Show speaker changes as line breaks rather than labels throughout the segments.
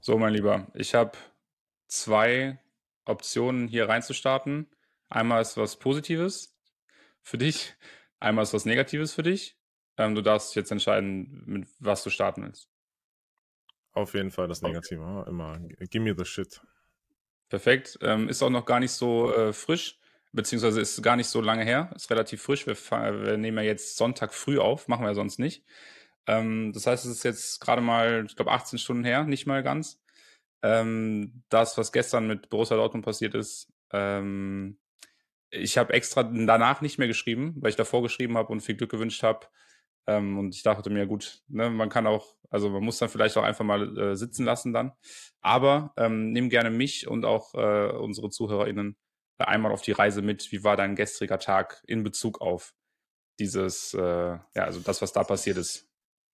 So, mein Lieber, ich habe zwei Optionen hier reinzustarten. Einmal ist was Positives für dich, einmal ist was Negatives für dich. Du darfst dich jetzt entscheiden, mit was du starten willst.
Auf jeden Fall das
Okay.
Negative, immer. Give me the shit.
Perfekt. Ist auch noch gar nicht so frisch, beziehungsweise ist gar nicht so lange her. Ist relativ frisch. Wir nehmen ja jetzt Sonntag früh auf, machen wir ja sonst nicht. Das heißt, es ist jetzt gerade mal, ich glaube, 18 Stunden her, nicht mal ganz. Das, was gestern mit Borussia Dortmund passiert ist, ich habe extra danach nicht mehr geschrieben, weil ich davor geschrieben habe und viel Glück gewünscht habe. Und ich dachte mir, gut, ne, man kann auch, also man muss dann vielleicht auch einfach mal sitzen lassen dann. Aber nimm gerne mich und auch unsere ZuhörerInnen einmal auf die Reise mit. Wie war dein gestriger Tag in Bezug auf dieses, ja, also das, was da passiert ist?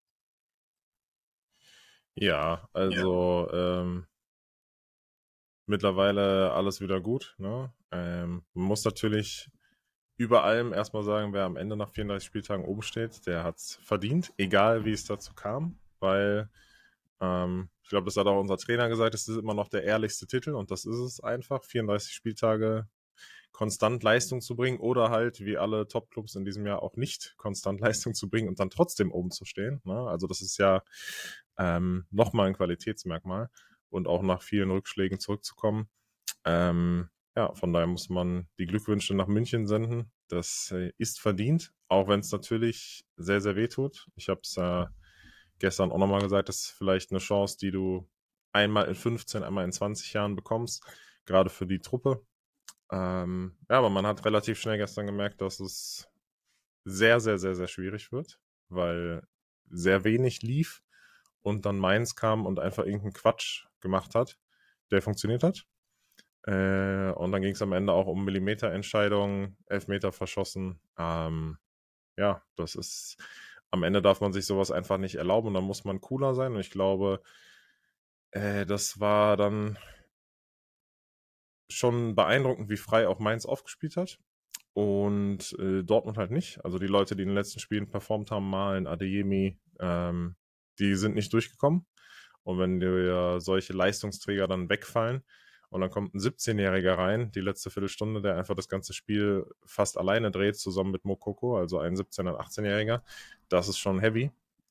Ja, also mittlerweile alles wieder gut. Ne? Man muss natürlich über allem erstmal sagen, wer am Ende nach 34 Spieltagen oben steht, der hat's verdient, egal wie es dazu kam, weil ich glaube, das hat auch unser Trainer gesagt, es ist immer noch der ehrlichste Titel und das ist es einfach. 34 Spieltage konstant Leistung zu bringen oder halt wie alle Top-Clubs in diesem Jahr auch nicht konstant Leistung zu bringen und dann trotzdem oben zu stehen. Ne? Also das ist ja nochmal ein Qualitätsmerkmal und auch nach vielen Rückschlägen zurückzukommen. Ja, von daher muss man die Glückwünsche nach München senden. Das ist verdient, auch wenn es natürlich sehr, sehr weh tut. Ich habe es gestern auch nochmal gesagt, das ist vielleicht eine Chance, die du einmal in 15, einmal in 20 Jahren bekommst, gerade für die Truppe. Ja, aber man hat relativ schnell gestern gemerkt, dass es sehr, sehr, sehr, sehr schwierig wird, weil sehr wenig lief und dann Mainz kam und einfach irgendeinen Quatsch gemacht hat, der funktioniert hat. Und dann ging es am Ende auch um Millimeterentscheidungen, Elfmeter verschossen. Ja, das ist, am Ende darf man sich sowas einfach nicht erlauben und dann muss man cooler sein. Und ich glaube, das war dann schon beeindruckend, wie frei auch Mainz aufgespielt hat. Und Dortmund halt nicht. Also die Leute, die in den letzten Spielen performt haben, Malen, Adeyemi, die sind nicht durchgekommen. Und wenn dir solche Leistungsträger dann wegfallen und dann kommt ein 17-Jähriger rein, die letzte Viertelstunde, der einfach das ganze Spiel fast alleine dreht, zusammen mit Mokoko, also ein 17- und 18-Jähriger, das ist schon heavy.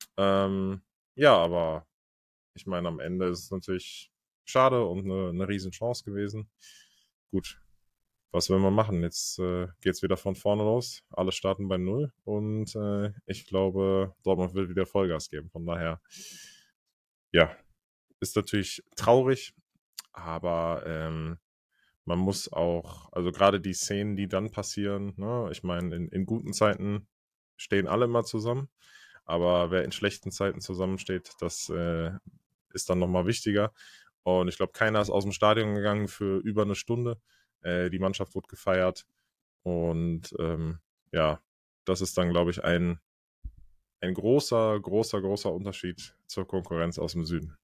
Ja, aber ich meine, am Ende ist es natürlich schade und eine Riesenchance gewesen. Gut, was will man machen? Jetzt geht's wieder von vorne los. Alle starten bei Null und ich glaube, Dortmund wird wieder Vollgas geben. Von daher, ja, ist natürlich traurig, aber man muss auch, also gerade die Szenen, die dann passieren, ne, ich meine, in guten Zeiten stehen alle mal zusammen, aber wer in schlechten Zeiten zusammensteht, das ist dann nochmal wichtiger. Und ich glaube, keiner ist aus dem Stadion gegangen für über eine Stunde. Die Mannschaft wurde gefeiert. Und ja, das ist dann, glaube ich, ein großer, großer, großer Unterschied zur Konkurrenz aus dem Süden.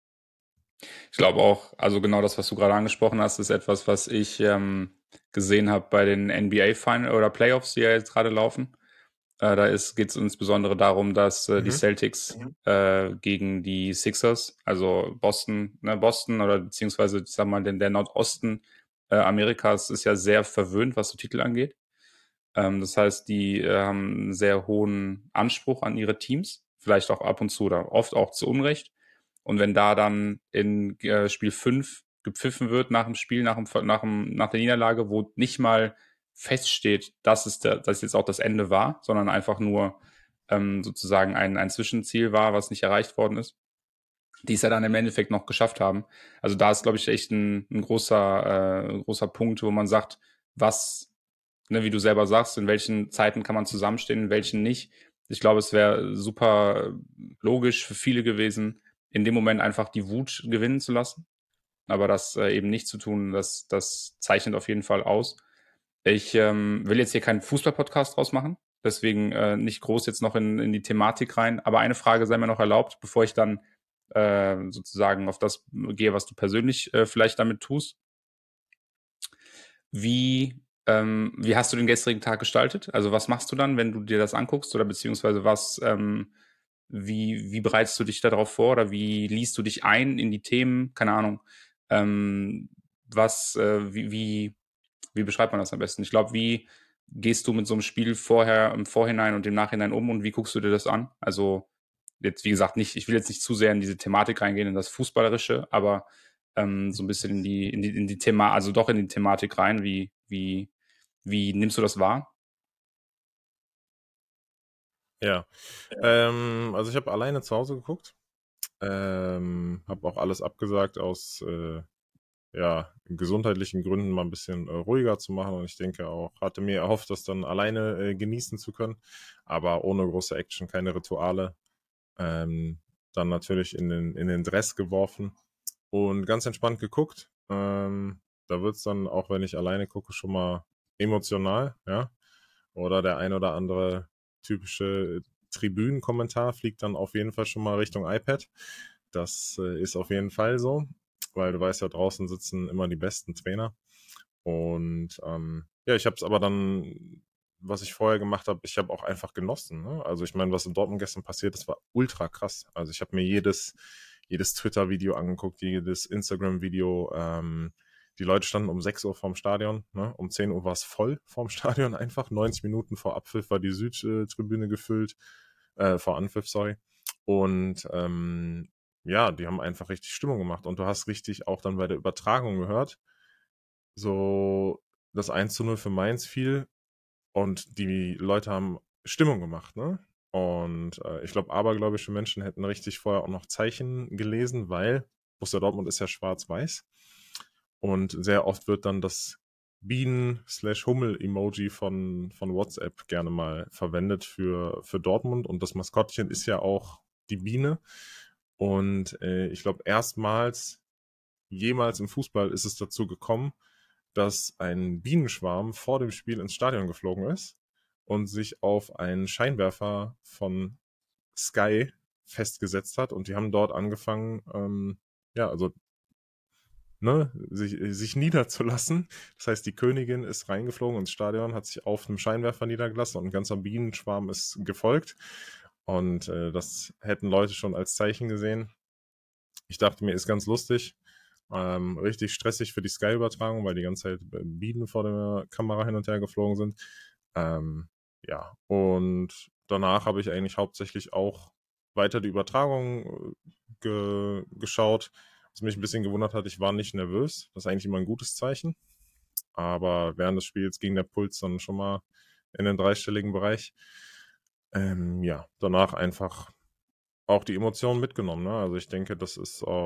Ich glaube auch, also genau das, was du gerade angesprochen hast, ist etwas, was ich gesehen habe bei den NBA Final oder Playoffs, die ja jetzt gerade laufen. Da geht es insbesondere darum, dass die
Mhm.
Celtics gegen die Sixers, also Boston, ne, Boston oder beziehungsweise, ich sag mal, der Nordosten Amerikas ist ja sehr verwöhnt, was so Titel angeht. Das heißt, die haben einen sehr hohen Anspruch an ihre Teams, vielleicht auch ab und zu oder oft auch zu Unrecht. Und wenn da dann in Spiel 5 gepfiffen wird nach dem Spiel, nach der Niederlage, wo nicht mal feststeht, dass jetzt auch das Ende war, sondern einfach nur sozusagen ein Zwischenziel war, was nicht erreicht worden ist, die es ja dann im Endeffekt noch geschafft haben. Also da ist, glaube ich, echt ein großer Punkt, wo man sagt, was, ne, wie du selber sagst, in welchen Zeiten kann man zusammenstehen, in welchen nicht. Ich glaube, es wäre super logisch für viele gewesen, in dem Moment einfach die Wut gewinnen zu lassen. Aber das eben nicht zu tun, das zeichnet auf jeden Fall aus. Ich will jetzt hier keinen Fußball-Podcast draus machen, deswegen nicht groß jetzt noch in die Thematik rein. Aber eine Frage sei mir noch erlaubt, bevor ich dann sozusagen auf das gehe, was du persönlich vielleicht damit tust. Wie hast du den gestrigen Tag gestaltet? Also was machst du dann, wenn du dir das anguckst oder beziehungsweise was wie bereitest du dich darauf vor oder wie liest du dich ein in die Themen? Keine Ahnung. Ähm, wie beschreibt man das am besten? Ich glaube, wie gehst du mit so einem Spiel vorher, im Vorhinein und im Nachhinein um und wie guckst du dir das an? Also jetzt, wie gesagt, ich will jetzt nicht zu sehr in diese Thematik reingehen, in das Fußballerische, aber so ein bisschen in die Thema, also doch in die Thematik rein. Wie nimmst du das wahr?
Ja, also ich habe alleine zu Hause geguckt, habe auch alles abgesagt aus ja, gesundheitlichen Gründen mal ein bisschen ruhiger zu machen und ich denke auch, hatte mir erhofft, das dann alleine genießen zu können, aber ohne große Action, keine Rituale. Ähm, Dann natürlich in den Dress geworfen und ganz entspannt geguckt. Da wird's dann, auch wenn ich alleine gucke, schon mal emotional, ja. Oder der ein oder andere typische Tribünenkommentar fliegt dann auf jeden Fall schon mal Richtung iPad. Das ist auf jeden Fall so, weil du weißt ja, draußen sitzen immer die besten Trainer. Und ja, ich habe es aber dann, was ich vorher gemacht habe, ich habe auch einfach genossen. Ne? Also ich meine, was in Dortmund gestern passiert ist, war ultra krass. Also ich habe mir jedes Twitter-Video angeguckt, jedes Instagram-Video. Die Leute standen um 6 Uhr vorm Stadion. Ne? Um 10 Uhr war es voll vorm Stadion einfach. 90 Minuten vor Abpfiff war die Südtribüne gefüllt. Vor Anpfiff, sorry. Und ja, die haben einfach richtig Stimmung gemacht. Und du hast richtig auch dann bei der Übertragung gehört, so das 1:0 für Mainz fiel und die Leute haben Stimmung gemacht, ne? Und ich glaube, abergläubische Menschen hätten richtig vorher auch noch Zeichen gelesen, weil Borussia Dortmund ist ja schwarz-weiß. Und sehr oft wird dann das Bienen-Hummel-Emoji von WhatsApp gerne mal verwendet für Dortmund. Und das Maskottchen ist ja auch die Biene. Und ich glaube, erstmals jemals im Fußball ist es dazu gekommen, dass ein Bienenschwarm vor dem Spiel ins Stadion geflogen ist und sich auf einen Scheinwerfer von Sky festgesetzt hat und die haben dort angefangen, ja, also sich niederzulassen. Das heißt, die Königin ist reingeflogen ins Stadion, hat sich auf einem Scheinwerfer niedergelassen und ein ganzer Bienenschwarm ist gefolgt. Und das hätten Leute schon als Zeichen gesehen. Ich dachte mir, ist ganz lustig. Richtig stressig für die Sky-Übertragung, weil die ganze Zeit Bienen vor der Kamera hin und her geflogen sind. Ja, und danach habe ich eigentlich hauptsächlich auch weiter die Übertragung geschaut. Was mich ein bisschen gewundert hat, ich war nicht nervös. Das ist eigentlich immer ein gutes Zeichen. Aber während des Spiels ging der Puls dann schon mal in den dreistelligen Bereich. Ja, danach einfach auch die Emotionen mitgenommen. Ne? Also ich denke, das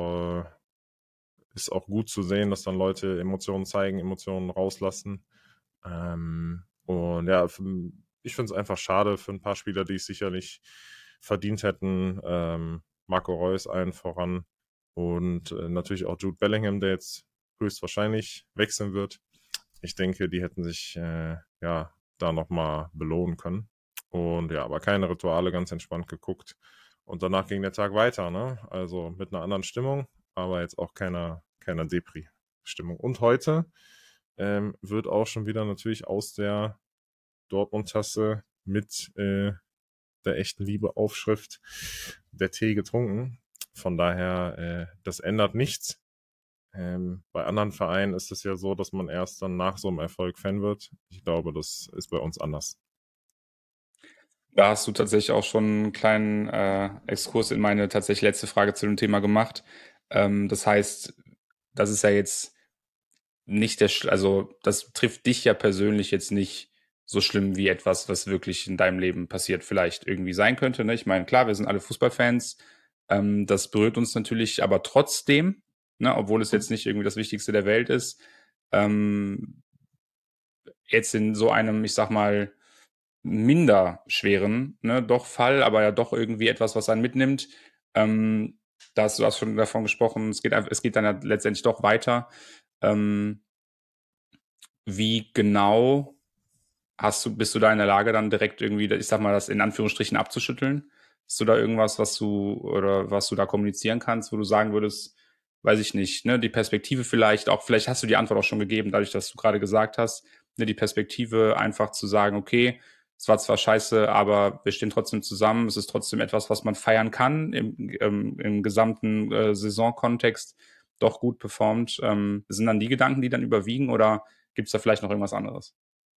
ist auch gut zu sehen, dass dann Leute Emotionen zeigen, Emotionen rauslassen. Und ja, ich finde es einfach schade für ein paar Spieler, die es sicherlich verdient hätten. Marco Reus allen voran und natürlich auch Jude Bellingham, der jetzt höchstwahrscheinlich wechseln wird. Ich denke, die hätten sich ja da nochmal belohnen können. Und ja, aber keine Rituale, ganz entspannt geguckt. Und danach ging der Tag weiter, ne? Also mit einer anderen Stimmung, aber jetzt auch keiner Depri-Stimmung. Und heute wird auch schon wieder natürlich aus der Dortmund-Tasse mit der echten Liebe-Aufschrift der Tee getrunken. Von daher, das ändert nichts. Bei anderen Vereinen ist es ja so, dass man erst dann nach so einem Erfolg Fan wird. Ich glaube, das ist bei uns anders.
Da hast du tatsächlich auch schon einen kleinen Exkurs in meine tatsächlich letzte Frage zu dem Thema gemacht. Das heißt, das ist ja jetzt nicht also das trifft dich ja persönlich jetzt nicht so schlimm wie etwas, was wirklich in deinem Leben passiert, vielleicht irgendwie sein könnte. Ne? Ich meine, klar, wir sind alle Fußballfans. Das berührt uns natürlich, aber trotzdem, ne, obwohl es jetzt nicht irgendwie das Wichtigste der Welt ist, ähm, jetzt in so einem, ich sag mal, minder schweren, ne, doch Fall, aber ja doch irgendwie etwas, was einen mitnimmt. Ähm, du hast schon davon gesprochen, es geht dann ja letztendlich doch weiter. Ähm, wie genau bist du da in der Lage, dann direkt irgendwie, ich sag mal, das in Anführungsstrichen abzuschütteln? Hast du da irgendwas, was du da kommunizieren kannst, wo du sagen würdest, weiß ich nicht, ne, die Perspektive vielleicht auch, vielleicht hast du die Antwort auch schon gegeben, dadurch, dass du gerade gesagt hast, ne, die Perspektive einfach zu sagen, okay, es war zwar scheiße, aber wir stehen trotzdem zusammen. Es ist trotzdem etwas, was man feiern kann im gesamten Saisonkontext doch gut performt. Sind dann die Gedanken, die dann überwiegen oder gibt es da vielleicht noch irgendwas anderes?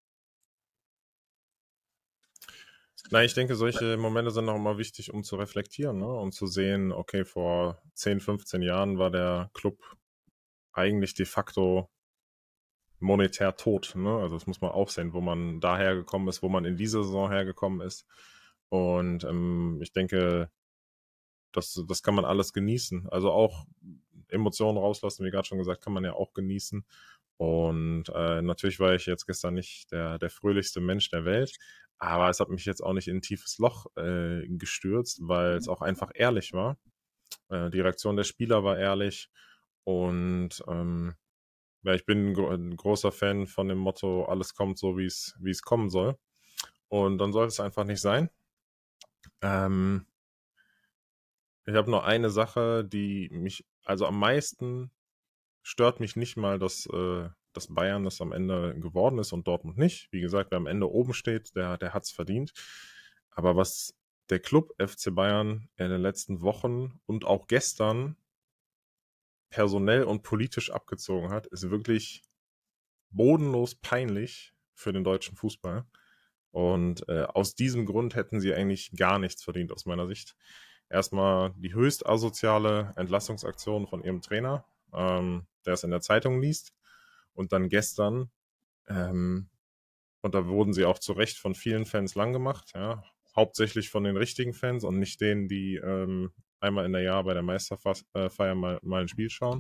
Na, ich denke, solche Momente sind auch immer wichtig, um zu reflektieren, ne? Und zu sehen, okay, vor 10, 15 Jahren war der Club eigentlich de facto monetär tot, ne? Also das muss man auch sehen, wo man da hergekommen ist, wo man in dieser Saison hergekommen ist. Und ich denke, das kann man alles genießen. Also auch Emotionen rauslassen, wie gerade schon gesagt, kann man ja auch genießen. Und natürlich war ich jetzt gestern nicht der fröhlichste Mensch der Welt, aber es hat mich jetzt auch nicht in ein tiefes Loch gestürzt, weil es auch einfach ehrlich war. Die Reaktion der Spieler war ehrlich und ja, ich bin ein großer Fan von dem Motto, alles kommt so, wie es kommen soll. Und dann soll es einfach nicht sein. Ähm, Ich habe nur eine Sache, die mich, also am meisten stört mich nicht mal, dass Bayern das am Ende geworden ist und Dortmund nicht. Wie gesagt, wer am Ende oben steht, der hat's verdient. Aber was der Club FC Bayern in den letzten Wochen und auch gestern personell und politisch abgezogen hat, ist wirklich bodenlos peinlich für den deutschen Fußball. Und aus diesem Grund hätten sie eigentlich gar nichts verdient aus meiner Sicht. Erstmal die höchst asoziale Entlassungsaktion von ihrem Trainer, der es in der Zeitung liest. Und dann gestern, ähm, und da wurden sie auch zu Recht von vielen Fans lang gemacht, ja, hauptsächlich von den richtigen Fans und nicht denen, die einmal in der Jahr bei der Meisterfeier mal ein Spiel schauen.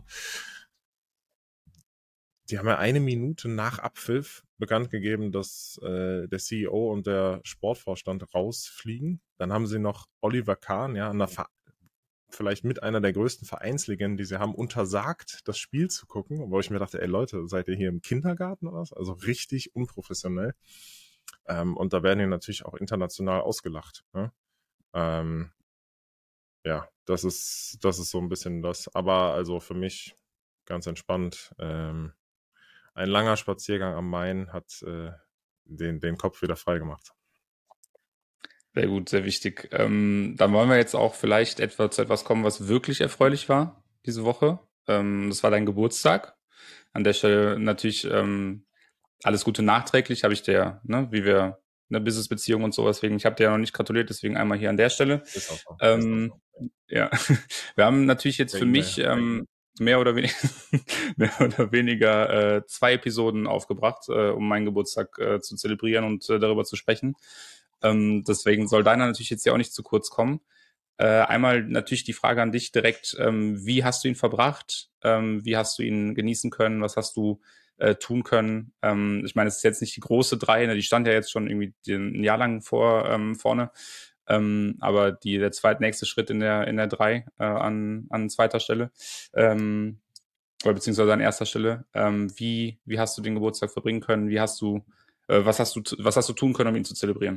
Die haben ja eine Minute nach Abpfiff bekannt gegeben, dass der CEO und der Sportvorstand rausfliegen. Dann haben sie noch Oliver Kahn, ja, vielleicht mit einer der größten Vereinslegenden, die sie haben, untersagt, das Spiel zu gucken, wo ich mir dachte, ey Leute, seid ihr hier im Kindergarten oder was? Also richtig unprofessionell. Und da werden die natürlich auch international ausgelacht. Ne? Ähm, ja, das ist so ein bisschen das. Aber also für mich ganz entspannt. Ein langer Spaziergang am Main hat den Kopf wieder frei gemacht.
Sehr gut, sehr wichtig. Dann wollen wir jetzt auch vielleicht etwa zu etwas kommen, was wirklich erfreulich war diese Woche. Das war dein Geburtstag. An der Stelle natürlich alles Gute nachträglich, habe ich dir, ne, wie wir eine Business-Beziehung und sowas, deswegen, ich habe dir ja noch nicht gratuliert, deswegen einmal hier an der Stelle.
Ist auch so. Ist auch
Ähm,
so.
ja, wir haben natürlich jetzt
Per
für mich
E-Mail.
mehr oder weniger, mehr oder weniger 2 Episoden aufgebracht, um meinen Geburtstag zu zelebrieren und darüber zu sprechen. Deswegen soll deiner natürlich jetzt ja auch nicht zu kurz kommen. Einmal natürlich die Frage an dich direkt, wie hast du ihn verbracht? Wie hast du ihn genießen können? Was hast du tun können? Ich meine, es ist jetzt nicht die große Drei, ne? Die stand ja jetzt schon irgendwie ein Jahr lang vorne. Aber der zweitnächste Schritt in der Drei an zweiter Stelle. Oder beziehungsweise an erster Stelle. Wie hast du den Geburtstag verbringen können? Was hast du tun können, um ihn zu zelebrieren?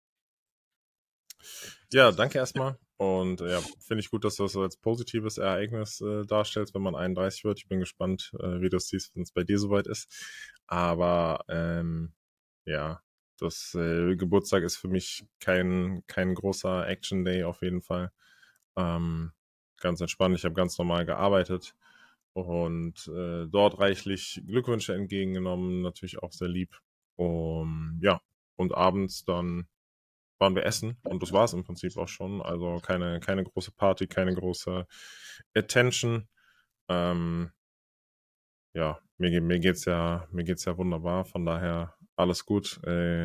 Ja, danke erstmal. Und ja, finde ich gut, dass du das so als positives Ereignis darstellst, wenn man 31 wird. Ich bin gespannt, wie du es siehst, wenn es bei dir soweit ist. Aber ja, das Geburtstag ist für mich kein großer Action Day auf jeden Fall. Ähm, Ganz entspannt. Ich habe ganz normal gearbeitet und dort reichlich Glückwünsche entgegengenommen, natürlich auch sehr lieb. Ja, und abends dann waren wir essen und das war es im Prinzip auch schon. Also keine große Party, keine große Attention. Ähm, ja, mir geht's ja wunderbar, von daher alles gut.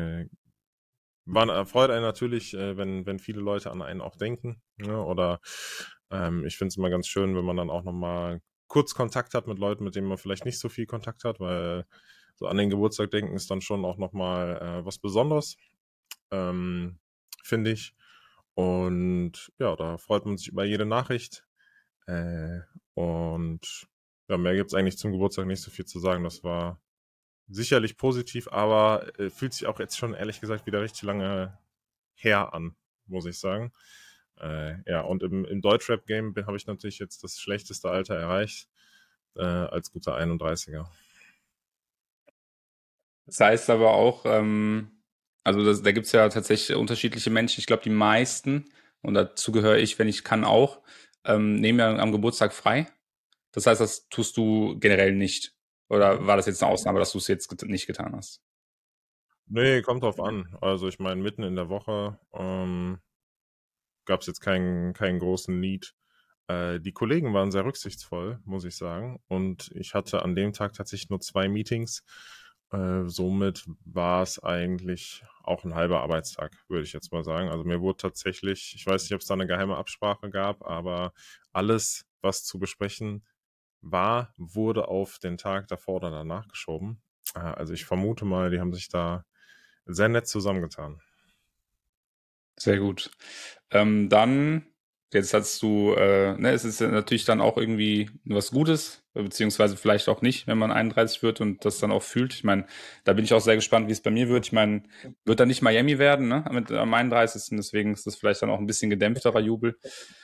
Freut einen natürlich, wenn viele Leute an einen auch denken. Ne? Oder ich finde es immer ganz schön, wenn man dann auch nochmal kurz Kontakt hat mit Leuten, mit denen man vielleicht nicht so viel Kontakt hat, weil so an den Geburtstag denken ist dann schon auch nochmal was Besonderes, ähm, finde ich. Und ja, da freut man sich über jede Nachricht. Äh, und ja, mehr gibt's eigentlich zum Geburtstag nicht so viel zu sagen. Das war sicherlich positiv, aber fühlt sich auch jetzt schon ehrlich gesagt wieder richtig lange her an, muss ich sagen. Ja, und im Deutschrap-Game habe ich natürlich jetzt das schlechteste Alter erreicht, als guter 31er.
Das heißt aber auch, Also da gibt's ja tatsächlich unterschiedliche Menschen. Ich glaube, die meisten, und dazu gehöre ich, wenn ich kann auch, nehmen ja am Geburtstag frei. Das heißt, das tust du generell nicht. Oder
Mhm.
war das jetzt eine Ausnahme, dass du es jetzt nicht getan hast?
Nee, kommt drauf an. Also ich meine, mitten in der Woche gab es jetzt keinen großen Need. Die Kollegen waren sehr rücksichtsvoll, muss ich sagen. Und ich hatte an dem Tag tatsächlich nur 2 Meetings. Somit war es eigentlich auch ein halber Arbeitstag, würde ich jetzt mal sagen. Also mir wurde tatsächlich, ich weiß nicht, ob es da eine geheime Absprache gab, aber alles, was zu besprechen war, wurde auf den Tag davor oder danach geschoben. Also ich vermute mal, die haben sich da sehr nett zusammengetan.
Sehr gut. Dann, jetzt hast du, ne, es ist ja natürlich dann auch irgendwie was Gutes, beziehungsweise vielleicht auch nicht, wenn man 31 wird und das dann auch fühlt. Ich meine, da bin ich auch sehr gespannt, wie es bei mir wird. Ich meine, wird dann nicht Miami werden, ne, mit am 31. Deswegen ist das vielleicht dann auch ein bisschen gedämpfterer Jubel.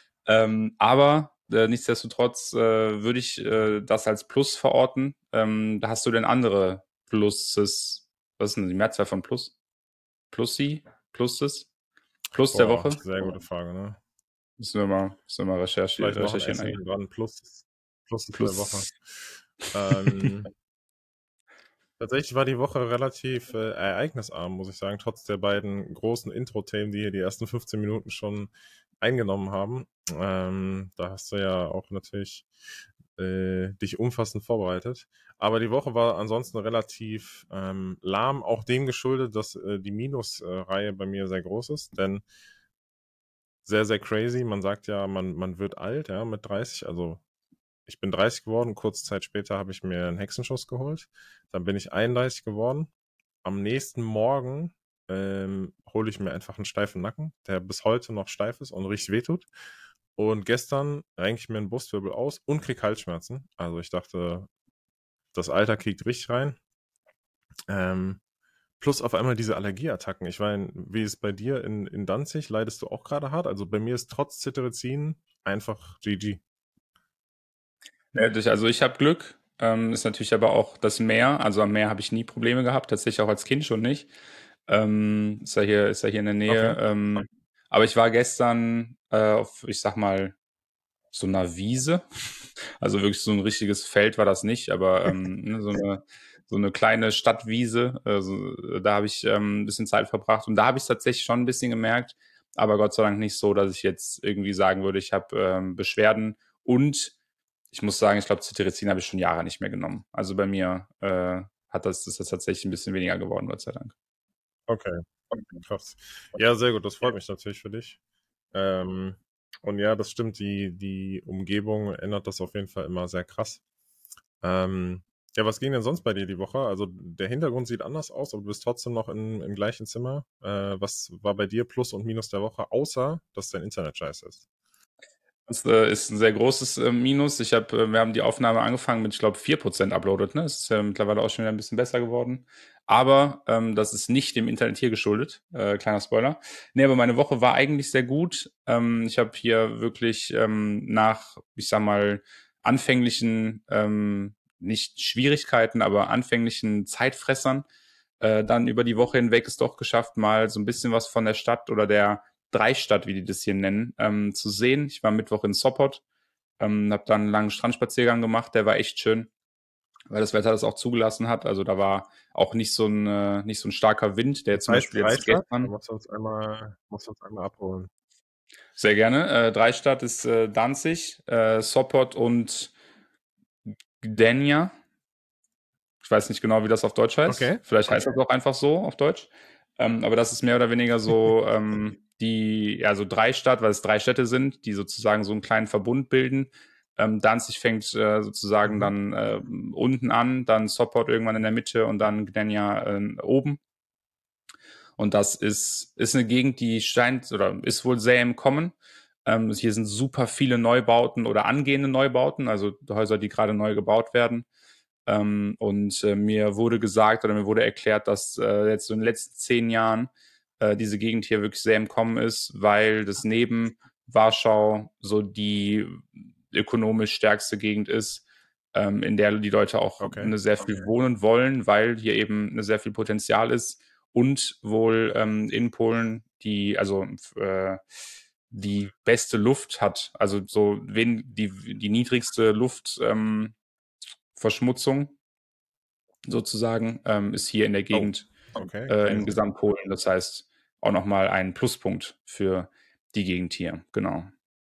Aber nichtsdestotrotz würde ich das als Plus verorten. Da hast du denn andere Pluses? Was ist denn die Mehrzahl von Plus? Plussi? Pluses? Plus der
Boah,
Woche?
sehr gute Frage, ne?
Müssen wir mal
Vielleicht noch ein
recherchieren
S
eigentlich.
hinten dran, plus der Woche.
Plus.
Ähm, Tatsächlich war die Woche relativ ereignisarm, muss ich sagen, trotz der beiden großen Intro-Themen, die hier die ersten 15 Minuten schon eingenommen haben. Da hast du ja auch natürlich dich umfassend vorbereitet. Aber die Woche war ansonsten relativ lahm, auch dem geschuldet, dass die Minus-Reihe bei mir sehr groß ist, denn sehr, sehr crazy. Man sagt ja, man wird alt, ja, mit 30. Also ich bin 30 geworden, kurze Zeit später habe ich mir einen Hexenschuss geholt. Dann bin ich 31 geworden. Am nächsten Morgen hole ich mir einfach einen steifen Nacken, der bis heute noch steif ist und richtig wehtut. Und gestern renke ich mir einen Brustwirbel aus und krieg Halsschmerzen. Also ich dachte, das Alter kriegt richtig rein. Ähm, Plus auf einmal diese Allergieattacken. Ich meine, wie ist es bei dir in Danzig? Leidest du auch gerade hart? Also bei mir ist trotz Cetirizin einfach GG.
Ja, also ich habe Glück. Ist natürlich aber auch das Meer. Also am Meer habe ich nie Probleme gehabt, tatsächlich auch als Kind schon nicht. Ist ja hier in der
Okay.
Nähe. Aber ich war gestern auf, ich sag mal, so einer Wiese. Also wirklich so ein richtiges Feld war das nicht, aber ne, so eine kleine Stadtwiese. Also, da habe ich ein bisschen Zeit verbracht und da habe ich tatsächlich schon ein bisschen gemerkt, aber Gott sei Dank nicht so, dass ich jetzt irgendwie sagen würde, ich habe Beschwerden. Und ich muss sagen, ich glaube, Cetirizin habe ich schon Jahre nicht mehr genommen. Also bei mir ist das tatsächlich ein bisschen weniger geworden, Gott sei Dank.
Okay, krass. Ja, sehr gut. Das freut mich natürlich für dich. Ähm, und ja, das stimmt. Die Umgebung ändert das auf jeden Fall immer sehr krass. Ähm, ja, was ging denn sonst bei dir die Woche? Also der Hintergrund sieht anders aus, aber du bist trotzdem noch im gleichen Zimmer. Was war bei dir Plus und Minus der Woche, außer dass dein Internet scheiße ist?
Das ist ein sehr großes Minus. Wir haben die Aufnahme angefangen mit, ich glaube, 4% uploaded. Ne? Es ist ja mittlerweile auch schon wieder ein bisschen besser geworden. Aber das ist nicht dem Internet hier geschuldet. Kleiner Spoiler. Nee, aber meine Woche war eigentlich sehr gut. Ich habe hier wirklich nach, ich sag mal, anfänglichen, nicht Schwierigkeiten, aber anfänglichen Zeitfressern dann über die Woche hinweg es doch geschafft, mal so ein bisschen was von der Stadt oder der Dreistadt, wie die das hier nennen, zu sehen. Ich war Mittwoch in Sopot, habe dann einen langen Strandspaziergang gemacht, der war echt schön, weil das Wetter das auch zugelassen hat. Also da war auch nicht so ein starker Wind, der
Das
zum
heißt
Beispiel jetzt
Dreistadt? Da
gestern
musst du uns einmal abholen.
sehr gerne. Dreistadt ist Danzig, Sopot und Gdynia. Ich weiß nicht genau, wie das auf Deutsch heißt.
Okay.
Vielleicht heißt das auch einfach so auf Deutsch. Aber das ist mehr oder weniger so so drei Stadt, weil es drei Städte sind, die sozusagen so einen kleinen Verbund bilden. Danzig fängt sozusagen
Mhm.
dann unten an, dann Sopot irgendwann in der Mitte und dann Gdynia oben. Und das ist eine Gegend, die scheint oder ist wohl sehr im Kommen. Hier sind super viele Neubauten oder angehende Neubauten, also Häuser, die gerade neu gebaut werden. Und mir wurde gesagt oder mir wurde erklärt, dass jetzt so in den letzten 10 Jahren diese Gegend hier wirklich sehr im Kommen ist, weil das neben Warschau so die ökonomisch stärkste Gegend ist, in der die Leute auch
Okay.
sehr viel wohnen wollen, weil hier eben sehr viel Potenzial ist und wohl in Polen die beste Luft hat. Also so die niedrigste Luftverschmutzung sozusagen ist hier in der
Oh,
Gegend
okay,
in
crazy.
Gesamtpolen. Das heißt auch nochmal ein Pluspunkt für die Gegend hier. Genau.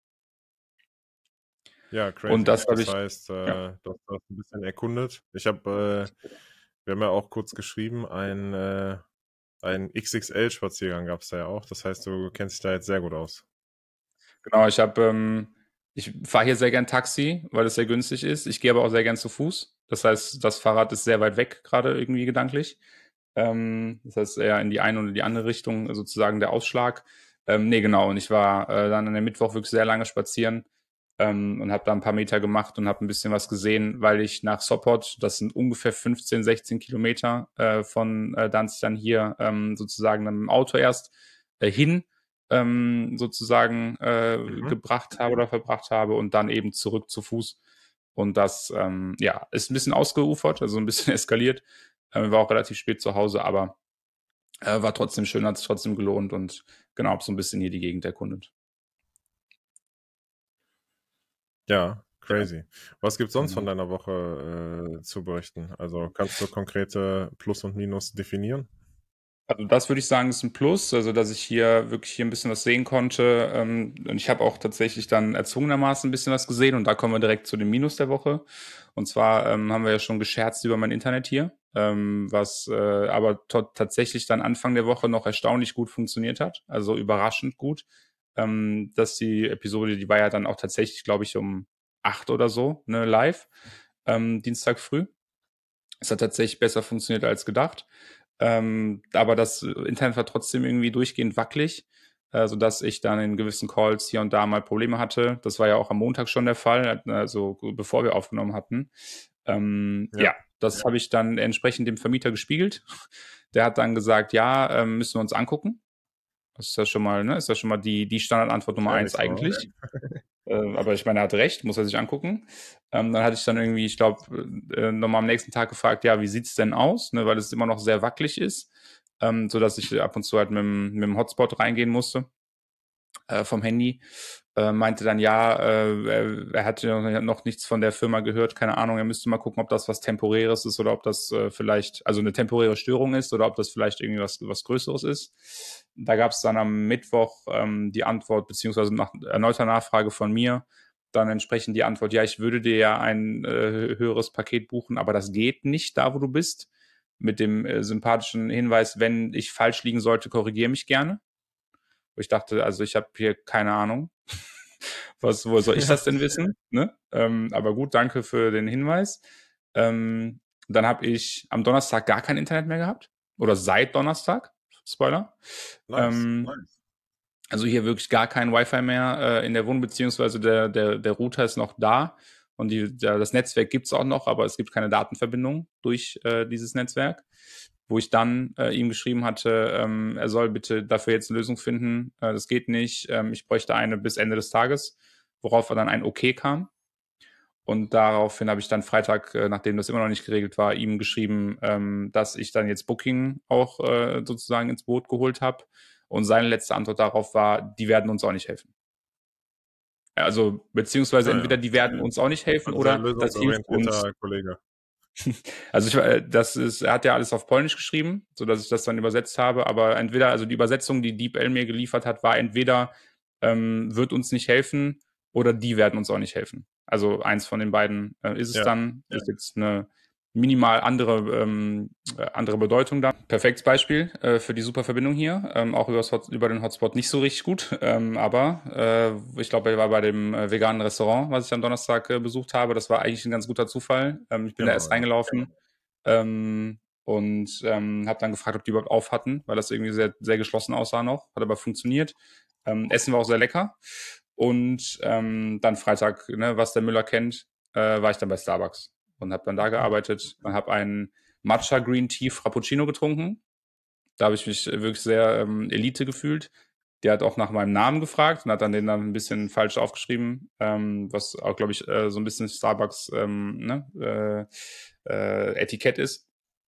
Ja,
Und
crazy.
das habe
Das
ich,
heißt,
ja.
du hast das ein bisschen erkundet. Wir haben ja auch kurz geschrieben, ein XXL-Spaziergang gab es da ja auch. Das heißt, du kennst dich da jetzt sehr gut aus.
Genau, ich fahre hier sehr gern Taxi, weil es sehr günstig ist. Ich gehe aber auch sehr gern zu Fuß. Das heißt, das Fahrrad ist sehr weit weg, gerade irgendwie gedanklich. Das heißt, eher in die eine oder die andere Richtung sozusagen der Ausschlag. Nee, genau. Und ich war dann an dem Mittwoch wirklich sehr lange spazieren und habe da ein paar Meter gemacht und habe ein bisschen was gesehen, weil ich nach Sopot, das sind ungefähr 15, 16 Kilometer von Danzig dann hier sozusagen dann mit dem Auto erst hin sozusagen
Mhm.
gebracht habe oder verbracht habe und dann eben zurück zu Fuß. Und das ja, ist ein bisschen ausgeufert, also ein bisschen eskaliert. War auch relativ spät zu Hause, aber war trotzdem schön, hat sich trotzdem gelohnt und genau, hab so ein bisschen hier die Gegend erkundet.
Ja,
Ja.
crazy. Was gibt's sonst von
Genau.
deiner Woche zu berichten? Also kannst du konkrete Plus und Minus definieren?
Also das würde ich sagen, ist ein Plus, also dass ich hier wirklich hier ein bisschen was sehen konnte. Und ich habe auch tatsächlich dann erzwungenermaßen ein bisschen was gesehen und da kommen wir direkt zu dem Minus der Woche. Und zwar haben wir ja schon gescherzt über mein Internet hier, was aber tatsächlich dann Anfang der Woche noch erstaunlich gut funktioniert hat, also überraschend gut. Dass die Episode, die war ja dann auch tatsächlich, glaube ich, um 8 oder so, ne, live, Dienstag früh. Es hat tatsächlich besser funktioniert als gedacht. Aber das Internet war trotzdem irgendwie durchgehend wackelig, sodass ich dann in gewissen Calls hier und da mal Probleme hatte. Das war ja auch am Montag schon der Fall, also bevor wir aufgenommen hatten.
Ja,
Ja, das habe ich dann entsprechend dem Vermieter gespiegelt. Der hat dann gesagt, ja, müssen wir uns angucken. Das ist ja schon mal, ne, ist ja schon mal die Standardantwort Nummer eins
ehrlich so, oder?
eigentlich. Aber ich meine, er hat recht, muss er sich angucken. Dann hatte ich dann irgendwie, ich glaube, nochmal am nächsten Tag gefragt, ja, wie sieht's denn aus? Ne, weil es immer noch sehr wackelig ist, so dass ich ab und zu halt mit dem Hotspot reingehen musste vom Handy. Meinte dann, ja, er hatte noch nichts von der Firma gehört, keine Ahnung, er müsste mal gucken, ob das was Temporäres ist oder ob das vielleicht, also eine temporäre Störung ist oder ob das vielleicht irgendwie was Größeres ist. Da gab es dann am Mittwoch die Antwort, beziehungsweise nach erneuter Nachfrage von mir, dann entsprechend die Antwort, ja, ich würde dir ja ein höheres Paket buchen, aber das geht nicht da, wo du bist. Mit dem sympathischen Hinweis, wenn ich falsch liegen sollte, korrigiere mich gerne. Wo ich dachte, also ich habe hier keine Ahnung. Woher soll ich
Ja.
das denn wissen? Ne? Aber gut, danke für den Hinweis. Dann habe ich am Donnerstag gar kein Internet mehr gehabt. Oder seit Donnerstag. Spoiler.
Nice.
Ähm, also hier wirklich gar kein Wi-Fi mehr in der Wohnung, beziehungsweise der Router ist noch da. Und das Netzwerk gibt's auch noch, aber es gibt keine Datenverbindung durch dieses Netzwerk. Wo ich dann ihm geschrieben hatte, er soll bitte dafür jetzt eine Lösung finden. Das geht nicht. Ich bräuchte eine bis Ende des Tages, worauf er dann ein Okay kam. Und daraufhin habe ich dann Freitag, nachdem das immer noch nicht geregelt war, ihm geschrieben, dass ich dann jetzt Booking auch sozusagen ins Boot geholt habe. Und seine letzte Antwort darauf war, die werden uns auch nicht helfen. Also, beziehungsweise
Ja,
entweder
ja.
die werden uns auch nicht helfen
Also sehr
oder das hilft uns.
lösungsorientierter Kollege.
Also er hat ja alles auf Polnisch geschrieben, so dass ich das dann übersetzt habe, aber entweder, also die Übersetzung, die DeepL mir geliefert hat, war entweder wird uns nicht helfen oder die werden uns auch nicht helfen. Also eins von den beiden ist es
Ja,
dann. Ist jetzt eine minimal andere Bedeutung dann. Perfektes Beispiel für die super Verbindung hier. Auch über den Hotspot nicht so richtig gut. Aber ich glaube, er war bei dem veganen Restaurant, was ich am Donnerstag besucht habe. Das war eigentlich ein ganz guter Zufall. Ich bin da
genau,
erst
ja.
reingelaufen und habe dann gefragt, ob die überhaupt auf hatten, weil das irgendwie sehr, sehr geschlossen aussah noch. Hat aber funktioniert. Essen war auch sehr lecker. Und dann Freitag, ne, was der Müller kennt, war ich dann bei Starbucks und habe dann da gearbeitet und habe einen Matcha Green Tea Frappuccino getrunken. Da habe ich mich wirklich sehr Elite gefühlt. Der hat auch nach meinem Namen gefragt und hat dann den dann ein bisschen falsch aufgeschrieben, was auch, glaube ich, so ein bisschen Starbucks ne, Etikett ist.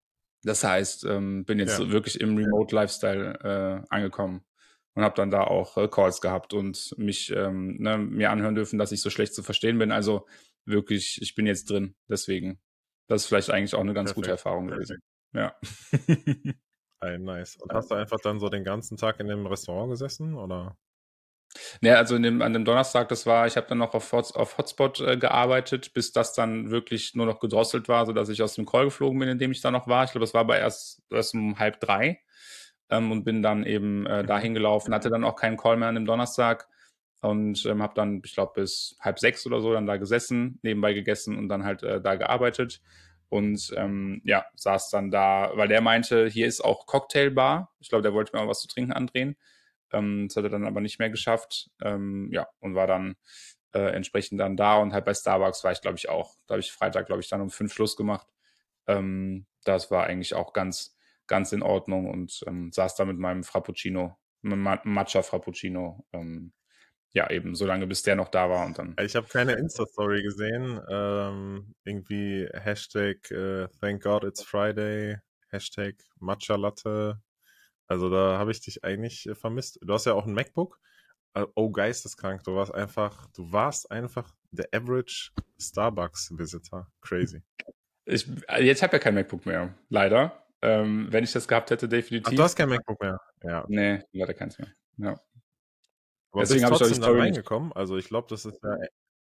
Das heißt, bin jetzt
Ja.
so wirklich im Remote-Lifestyle angekommen und habe dann da auch Calls gehabt und mich mir anhören dürfen, dass ich so schlecht zu verstehen bin. Also wirklich, ich bin jetzt drin. Deswegen, das ist vielleicht eigentlich auch eine ganz gute
Perfekt.
Erfahrung gewesen. Ja.
Nice. Und hast du einfach dann so den ganzen Tag in dem Restaurant gesessen, oder?
Ne, also an dem Donnerstag, ich habe dann noch auf Hotspot gearbeitet, bis das dann wirklich nur noch gedrosselt war, sodass ich aus dem Call geflogen bin, in dem ich da noch war. Ich glaube, das war aber erst um 2:30 und bin dann eben
Mhm.
dahin gelaufen, hatte dann auch keinen Call mehr an dem Donnerstag und habe dann, ich glaube, bis 5:30 oder so dann da gesessen, nebenbei gegessen und dann halt da gearbeitet. Und ja, saß dann da, weil der meinte, hier ist auch Cocktailbar. Ich glaube, der wollte mir mal was zu trinken andrehen. Das hat er dann aber nicht mehr geschafft. Ja, und war dann entsprechend dann da und halt bei Starbucks war ich, glaube ich, auch. Da habe ich Freitag, glaube ich, dann um 5 Schluss gemacht. Das war eigentlich auch ganz in Ordnung und saß da mit meinem Frappuccino, mit Matcha Frappuccino. Ja, eben so lange, bis der noch da war und dann.
Ich habe keine Insta-Story gesehen. Irgendwie Hashtag Thank God It's Friday, Hashtag Matcha Latte. Also da habe ich dich eigentlich vermisst. Du hast ja auch ein MacBook. Oh, geisteskrank. Du warst einfach der Average Starbucks-Visitor. Crazy.
Jetzt habe ich ja kein MacBook mehr, leider. Wenn ich das gehabt hätte,
Ach, du
definitiv.
hast kein MacBook mehr. Ja, okay.
Nee, leider keins mehr. Ja.
Aber
Deswegen
bist
habe ich auch die
trotzdem dann
Story nicht.
reingekommen. Also ich glaube, das ist ja.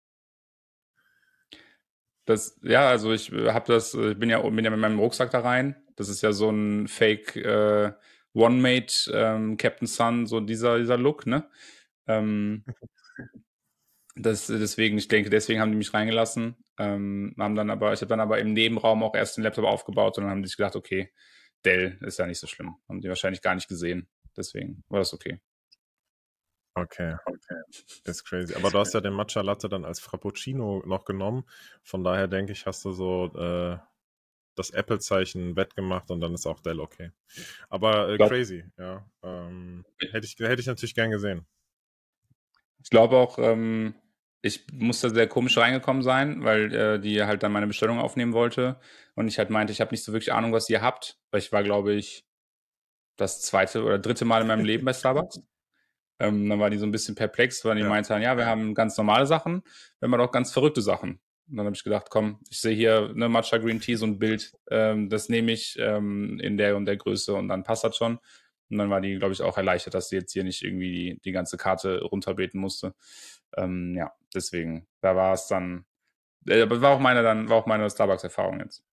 Ja, also ich bin ja mit meinem Rucksack da rein. Das ist ja so ein Fake One-Mate Captain Sun, so dieser Look, ne? Ähm, deswegen, ich denke, deswegen haben die mich reingelassen. Ich habe dann aber im Nebenraum auch erst den Laptop aufgebaut und dann haben die sich gedacht, okay, Dell ist ja nicht so schlimm. Haben die wahrscheinlich gar nicht gesehen. Deswegen war das okay.
Okay, ist crazy. Aber du hast ja den Matcha Latte dann als Frappuccino noch genommen. Von daher denke ich, hast du so das Apple-Zeichen wettgemacht und dann ist auch Dell okay. Aber
Ich glaube
crazy, ja. Hätte ich natürlich gern gesehen.
ich glaube auch, ich muss da sehr komisch reingekommen sein, weil die halt dann meine Bestellung aufnehmen wollte und ich halt meinte, ich habe nicht so wirklich Ahnung, was ihr habt, weil ich war, glaube ich, das zweite oder dritte Mal in meinem Leben bei Starbucks. Dann war die so ein bisschen perplex, weil die
Ja,
meinte dann, ja, wir haben ganz normale Sachen, wir haben aber auch ganz verrückte Sachen. Und dann habe ich gedacht, komm, ich sehe hier eine Matcha Green Tea, so ein Bild, das nehme ich in der und der Größe und dann passt das schon. Und dann war die, glaube ich, auch erleichtert, dass sie jetzt hier nicht irgendwie die ganze Karte runterbeten musste. Ja, deswegen, da war es dann, aber war auch meine Starbucks-Erfahrung jetzt.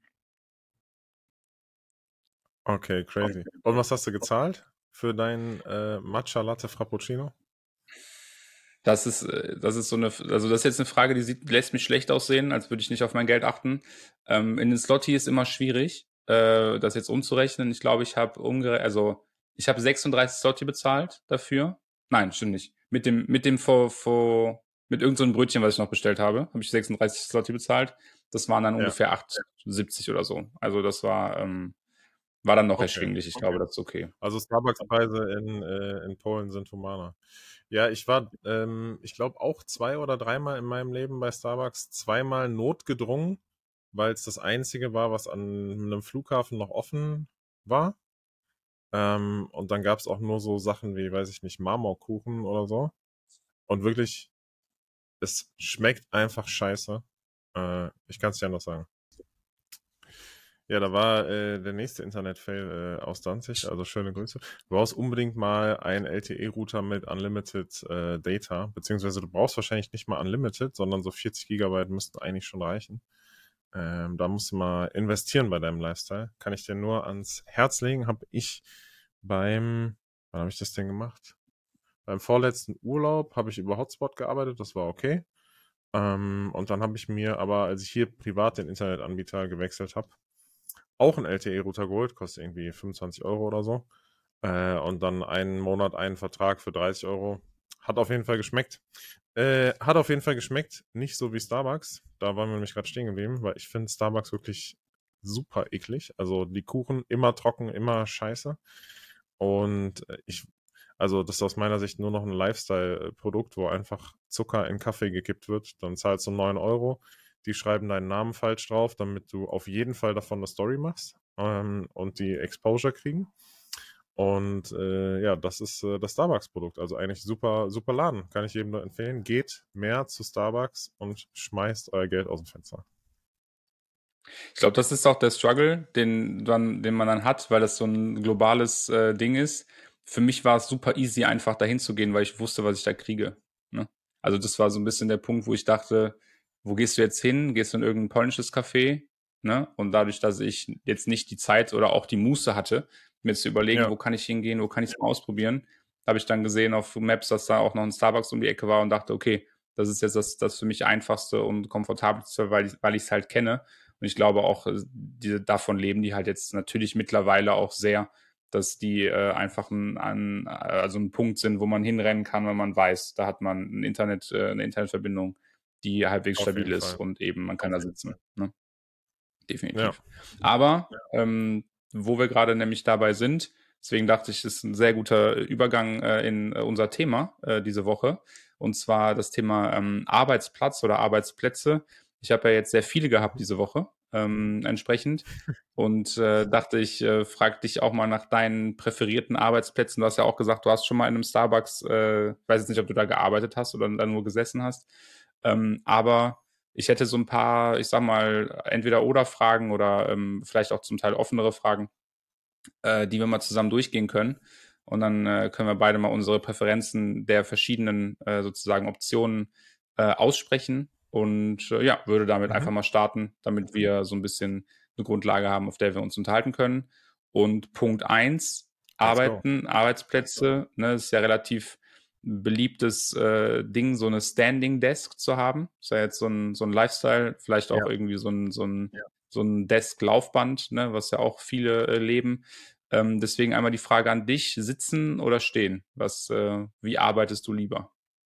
okay, crazy. Und was hast du gezahlt für deinen Matcha Latte Frappuccino?
Das ist also das ist jetzt eine Frage, lässt mich schlecht aussehen, als würde ich nicht auf mein Geld achten. In den Slotty ist immer schwierig, das jetzt umzurechnen. Ich glaube, ich habe 36 Slotty bezahlt dafür. Nein, stimmt nicht. Mit irgend so einem Brötchen, was ich noch bestellt habe ich 36 Slotty bezahlt. Das waren dann
Ja,
ungefähr 8,70 oder so. Also das war dann noch
okay.
erschwinglich. Ich glaube, das ist okay.
Also Starbucks-Preise in Polen sind humaner. Ja, ich war, ich glaube, auch 2 oder 3 Mal in meinem Leben bei Starbucks, zweimal notgedrungen, weil es das Einzige war, was an einem Flughafen noch offen war. Und dann gab es auch nur so Sachen wie, weiß ich nicht, Marmorkuchen oder so. Und wirklich, es schmeckt einfach scheiße. Ich kann es dir anders sagen. Ja, da war der nächste Internet-Fail aus Danzig, also schöne Grüße. Du brauchst unbedingt mal einen LTE-Router mit Unlimited Data, beziehungsweise du brauchst wahrscheinlich nicht mal Unlimited, sondern so 40 Gigabyte müssten eigentlich schon reichen. Da musst du mal investieren bei deinem Lifestyle. Kann ich dir nur ans Herz legen. Wann habe ich das denn gemacht? Beim vorletzten Urlaub habe ich über Hotspot gearbeitet, das war okay. Und dann habe ich mir aber, als ich hier privat den Internetanbieter gewechselt habe, auch einen LTE-Router geholt, kostet irgendwie 25 Euro oder so. Und dann einen Monat einen Vertrag für 30 Euro. Hat auf jeden Fall geschmeckt. Nicht so wie Starbucks. Da waren wir nämlich gerade stehen geblieben, weil ich finde Starbucks wirklich super eklig. Also die Kuchen immer trocken, immer scheiße. Und also das ist aus meiner Sicht nur noch ein Lifestyle-Produkt, wo einfach Zucker in Kaffee gekippt wird. Dann zahlst du 9 Euro. die schreiben deinen Namen falsch drauf, damit du auf jeden Fall davon eine Story machst und die Exposure kriegen. Und ja, das ist das Starbucks-Produkt. Also eigentlich super, super Laden. Kann ich jedem nur empfehlen. Geht mehr zu Starbucks und schmeißt euer Geld aus dem Fenster.
Ich glaube, das ist auch der Struggle, den man dann hat, weil das so ein globales Ding ist. Für mich war es super easy, einfach dahin zu gehen, weil ich wusste, was ich da kriege. Ne? Also das war so ein bisschen der Punkt, wo ich dachte, wo gehst du jetzt hin? Gehst du in irgendein polnisches Café? Ne? Und dadurch, dass ich jetzt nicht die Zeit oder auch die Muße hatte, mir zu überlegen,
Ja,
wo kann ich hingehen, wo kann ich es mal ausprobieren, habe ich dann gesehen auf Maps, dass da auch noch ein Starbucks um die Ecke war und dachte, okay, das ist jetzt das für mich einfachste und komfortabelste, weil ich es halt kenne. Und ich glaube auch, davon leben die halt jetzt natürlich mittlerweile auch sehr, dass die einfach also ein Punkt sind, wo man hinrennen kann, wenn man weiß, da hat man eine Internetverbindung, die halbwegs
auf
stabil
jeden
ist
Fall.
und eben man kann da sitzen. Ne?
Ja,
Definitiv. Aber wo wir gerade nämlich dabei sind, deswegen dachte ich, das ist ein sehr guter Übergang in unser Thema diese Woche. Und zwar das Thema Arbeitsplatz oder Arbeitsplätze. Ich habe ja jetzt sehr viele gehabt diese Woche entsprechend. Und dachte, ich frage dich auch mal nach deinen präferierten Arbeitsplätzen. Du hast ja auch gesagt, du hast schon mal in einem Starbucks, weiß jetzt nicht, ob du da gearbeitet hast oder da nur gesessen hast. Aber ich hätte so ein paar, ich sag mal, entweder oder Fragen oder vielleicht auch zum Teil offenere Fragen, die wir mal zusammen durchgehen können. Und dann können wir beide mal unsere Präferenzen der verschiedenen sozusagen Optionen aussprechen. Und ja, würde damit
mhm.
einfach mal starten, damit wir so ein bisschen eine Grundlage haben, auf der wir uns unterhalten können. Und Punkt eins:
Let's go.
Arbeitsplätze. Ne, ist ja relativ beliebtes Ding, so eine Standing Desk zu haben. Ist ja jetzt so ein Lifestyle, vielleicht auch
Ja.
irgendwie so ein Desk-Laufband, ne, was ja auch viele leben. Deswegen einmal die Frage an dich: Sitzen oder stehen? Wie arbeitest du lieber?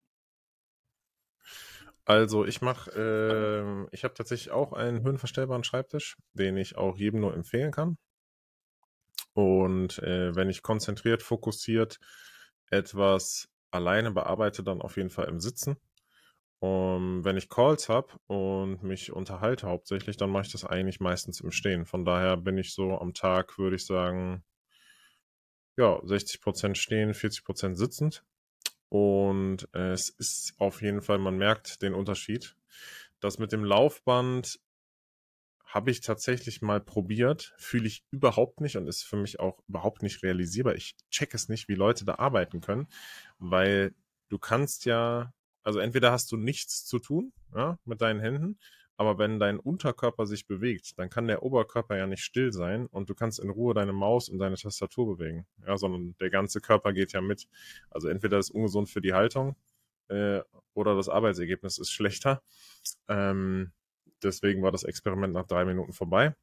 Also ich habe tatsächlich auch einen höhenverstellbaren Schreibtisch, den ich auch jedem nur empfehlen kann. Und wenn ich konzentriert, fokussiert etwas alleine bearbeite, dann auf jeden Fall im Sitzen. Wenn ich Calls habe und mich unterhalte hauptsächlich, dann mache ich das eigentlich meistens im Stehen. Von daher bin ich so am Tag, würde ich sagen, ja, 60% stehen, 40% sitzend. Und es ist auf jeden Fall, man merkt den Unterschied. Das mit dem Laufband habe ich tatsächlich mal probiert, fühle ich überhaupt nicht und ist für mich auch überhaupt nicht realisierbar. Ich check es nicht, wie Leute da arbeiten können, weil du kannst ja, also entweder hast du nichts zu tun, ja, mit deinen Händen, aber wenn dein Unterkörper sich bewegt, dann kann der Oberkörper ja nicht still sein und du kannst in Ruhe deine Maus und deine Tastatur bewegen, ja, sondern der ganze Körper geht ja mit. Also entweder ist ungesund für die Haltung äh, oder das Arbeitsergebnis ist schlechter. Ähm, Deswegen war das Experiment nach 3 Minuten vorbei.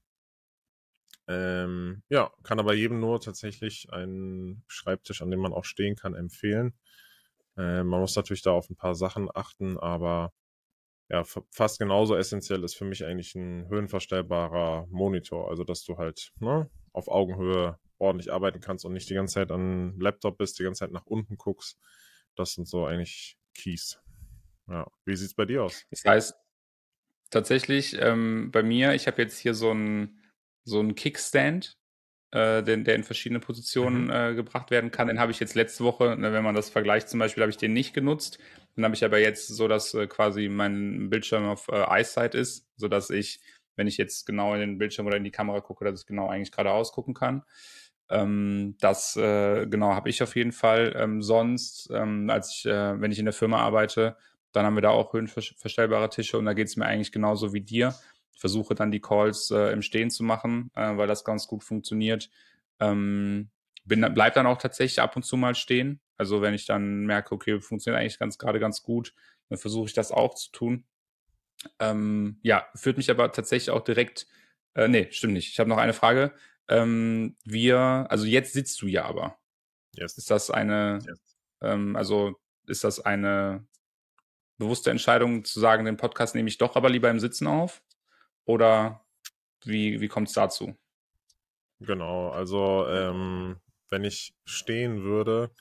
Ja, kann aber jedem nur tatsächlich einen Schreibtisch, an dem man auch stehen kann, empfehlen. Man muss natürlich da auf ein paar Sachen achten, aber ja, fast genauso essentiell ist für mich eigentlich ein höhenverstellbarer Monitor. Also, dass du halt auf Augenhöhe ordentlich arbeiten kannst und nicht die ganze Zeit am Laptop bist, die ganze Zeit nach unten guckst. Das sind so eigentlich Keys. Ja. Wie sieht's bei dir aus?
Das heißt, tatsächlich bei mir, ich habe jetzt hier so einen Kickstand, der in verschiedene
Mhm.
Positionen gebracht werden kann. Den habe ich jetzt letzte Woche, ne, wenn man das vergleicht zum Beispiel, habe ich den nicht genutzt. Dann habe ich aber jetzt so, dass quasi mein Bildschirm auf Eyesight ist, sodass ich, wenn ich jetzt genau in den Bildschirm oder in die Kamera gucke, dass ich genau eigentlich geradeaus gucken kann. Das genau habe ich auf jeden Fall. Sonst, wenn ich in der Firma arbeite, dann haben wir da auch höhenverstellbare Tische und da geht es mir eigentlich genauso wie dir. Ich versuche dann die Calls im Stehen zu machen, weil das ganz gut funktioniert. Bleib dann auch tatsächlich ab und zu mal stehen. Also wenn ich dann merke, okay, funktioniert eigentlich gerade ganz gut, dann versuche ich das auch zu tun. Ja, führt mich aber tatsächlich auch direkt. Nee, stimmt nicht. Ich habe noch eine Frage. Also jetzt sitzt du ja aber.
Yes.
Ist das also ist das eine bewusste Entscheidung zu sagen, den Podcast nehme ich doch aber lieber im Sitzen auf? Oder wie kommt es dazu?
Genau, also wenn ich stehen würde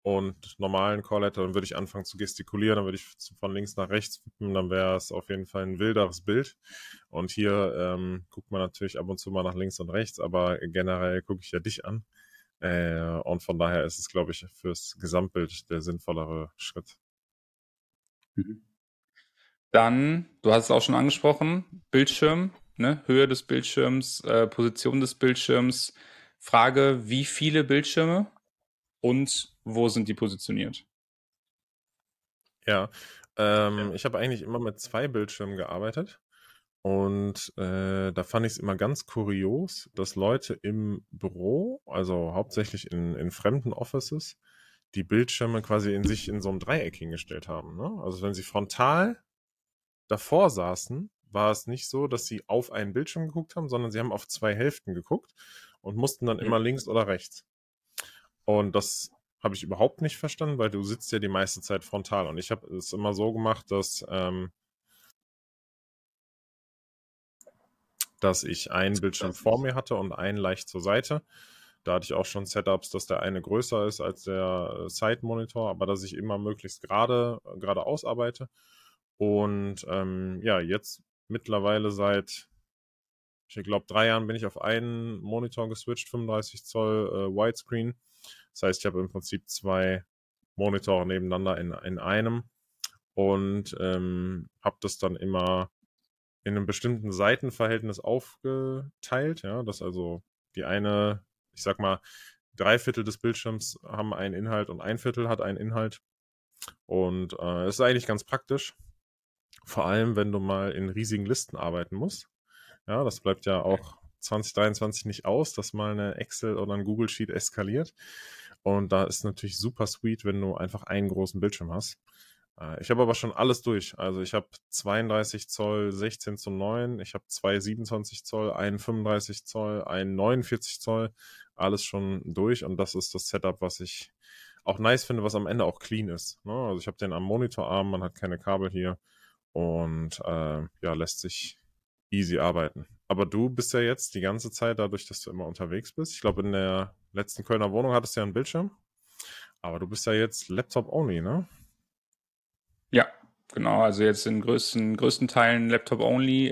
und normalen Call hätte, dann würde ich anfangen zu gestikulieren, dann würde ich von links nach rechts wippen, dann wäre es auf jeden Fall ein wilderes Bild. Und hier guckt man natürlich ab und zu mal nach links und rechts, aber generell gucke ich ja dich an. Und von daher ist es, glaube ich, fürs Gesamtbild der sinnvollere Schritt.
Mhm. Dann, du hast es auch schon angesprochen, Bildschirm, ne? Höhe des Bildschirms, Position des Bildschirms. Frage, wie viele Bildschirme und wo sind die positioniert?
Ja, ich habe eigentlich immer mit 2 Bildschirmen gearbeitet und da fand ich es immer ganz kurios, dass Leute im Büro, also hauptsächlich in fremden Offices, die Bildschirme quasi in sich in so einem Dreieck hingestellt haben. Ne? Also wenn sie frontal davor saßen, war es nicht so, dass sie auf einen Bildschirm geguckt haben, sondern sie haben auf 2 Hälften geguckt und mussten dann immer links oder rechts. Und das habe ich überhaupt nicht verstanden, weil du sitzt ja die meiste Zeit frontal. Und ich habe es immer so gemacht, dass ich einen Bildschirm vor mir hatte und einen leicht zur Seite. Da hatte ich auch schon Setups, dass der eine größer ist als der Side-Monitor, aber dass ich immer möglichst geradeaus arbeite. Und ja, jetzt mittlerweile seit, ich glaube, 3 Jahren bin ich auf einen Monitor geswitcht, 35 Zoll Widescreen. Das heißt, ich habe im Prinzip 2 Monitore nebeneinander in einem und habe das dann immer in einem bestimmten Seitenverhältnis aufgeteilt, ja, dass also die eine, ich sag mal, 3/4 des Bildschirms haben einen Inhalt und 1/4 hat einen Inhalt. Und es ist eigentlich ganz praktisch, vor allem wenn du mal in riesigen Listen arbeiten musst. Ja, das bleibt ja auch 2023 nicht aus, dass mal eine Excel oder ein Google Sheet eskaliert. Und da ist natürlich super sweet, wenn du einfach einen großen Bildschirm hast. Ich habe aber schon alles durch. Also ich habe 32 Zoll 16:9, ich habe 2 27 Zoll, einen 35 Zoll, einen 49 Zoll, alles schon durch. Und das ist das Setup, was ich auch nice finde, was am Ende auch clean ist. Ne? Also ich habe den am Monitorarm, man hat keine Kabel hier und ja, lässt sich easy arbeiten. Aber du bist ja jetzt die ganze Zeit, dadurch, dass du immer unterwegs bist. Ich glaube, in der letzten Kölner Wohnung hattest du ja einen Bildschirm. Aber du bist ja jetzt Laptop-only, ne?
Ja, genau. Also jetzt in größten Teilen Laptop-only.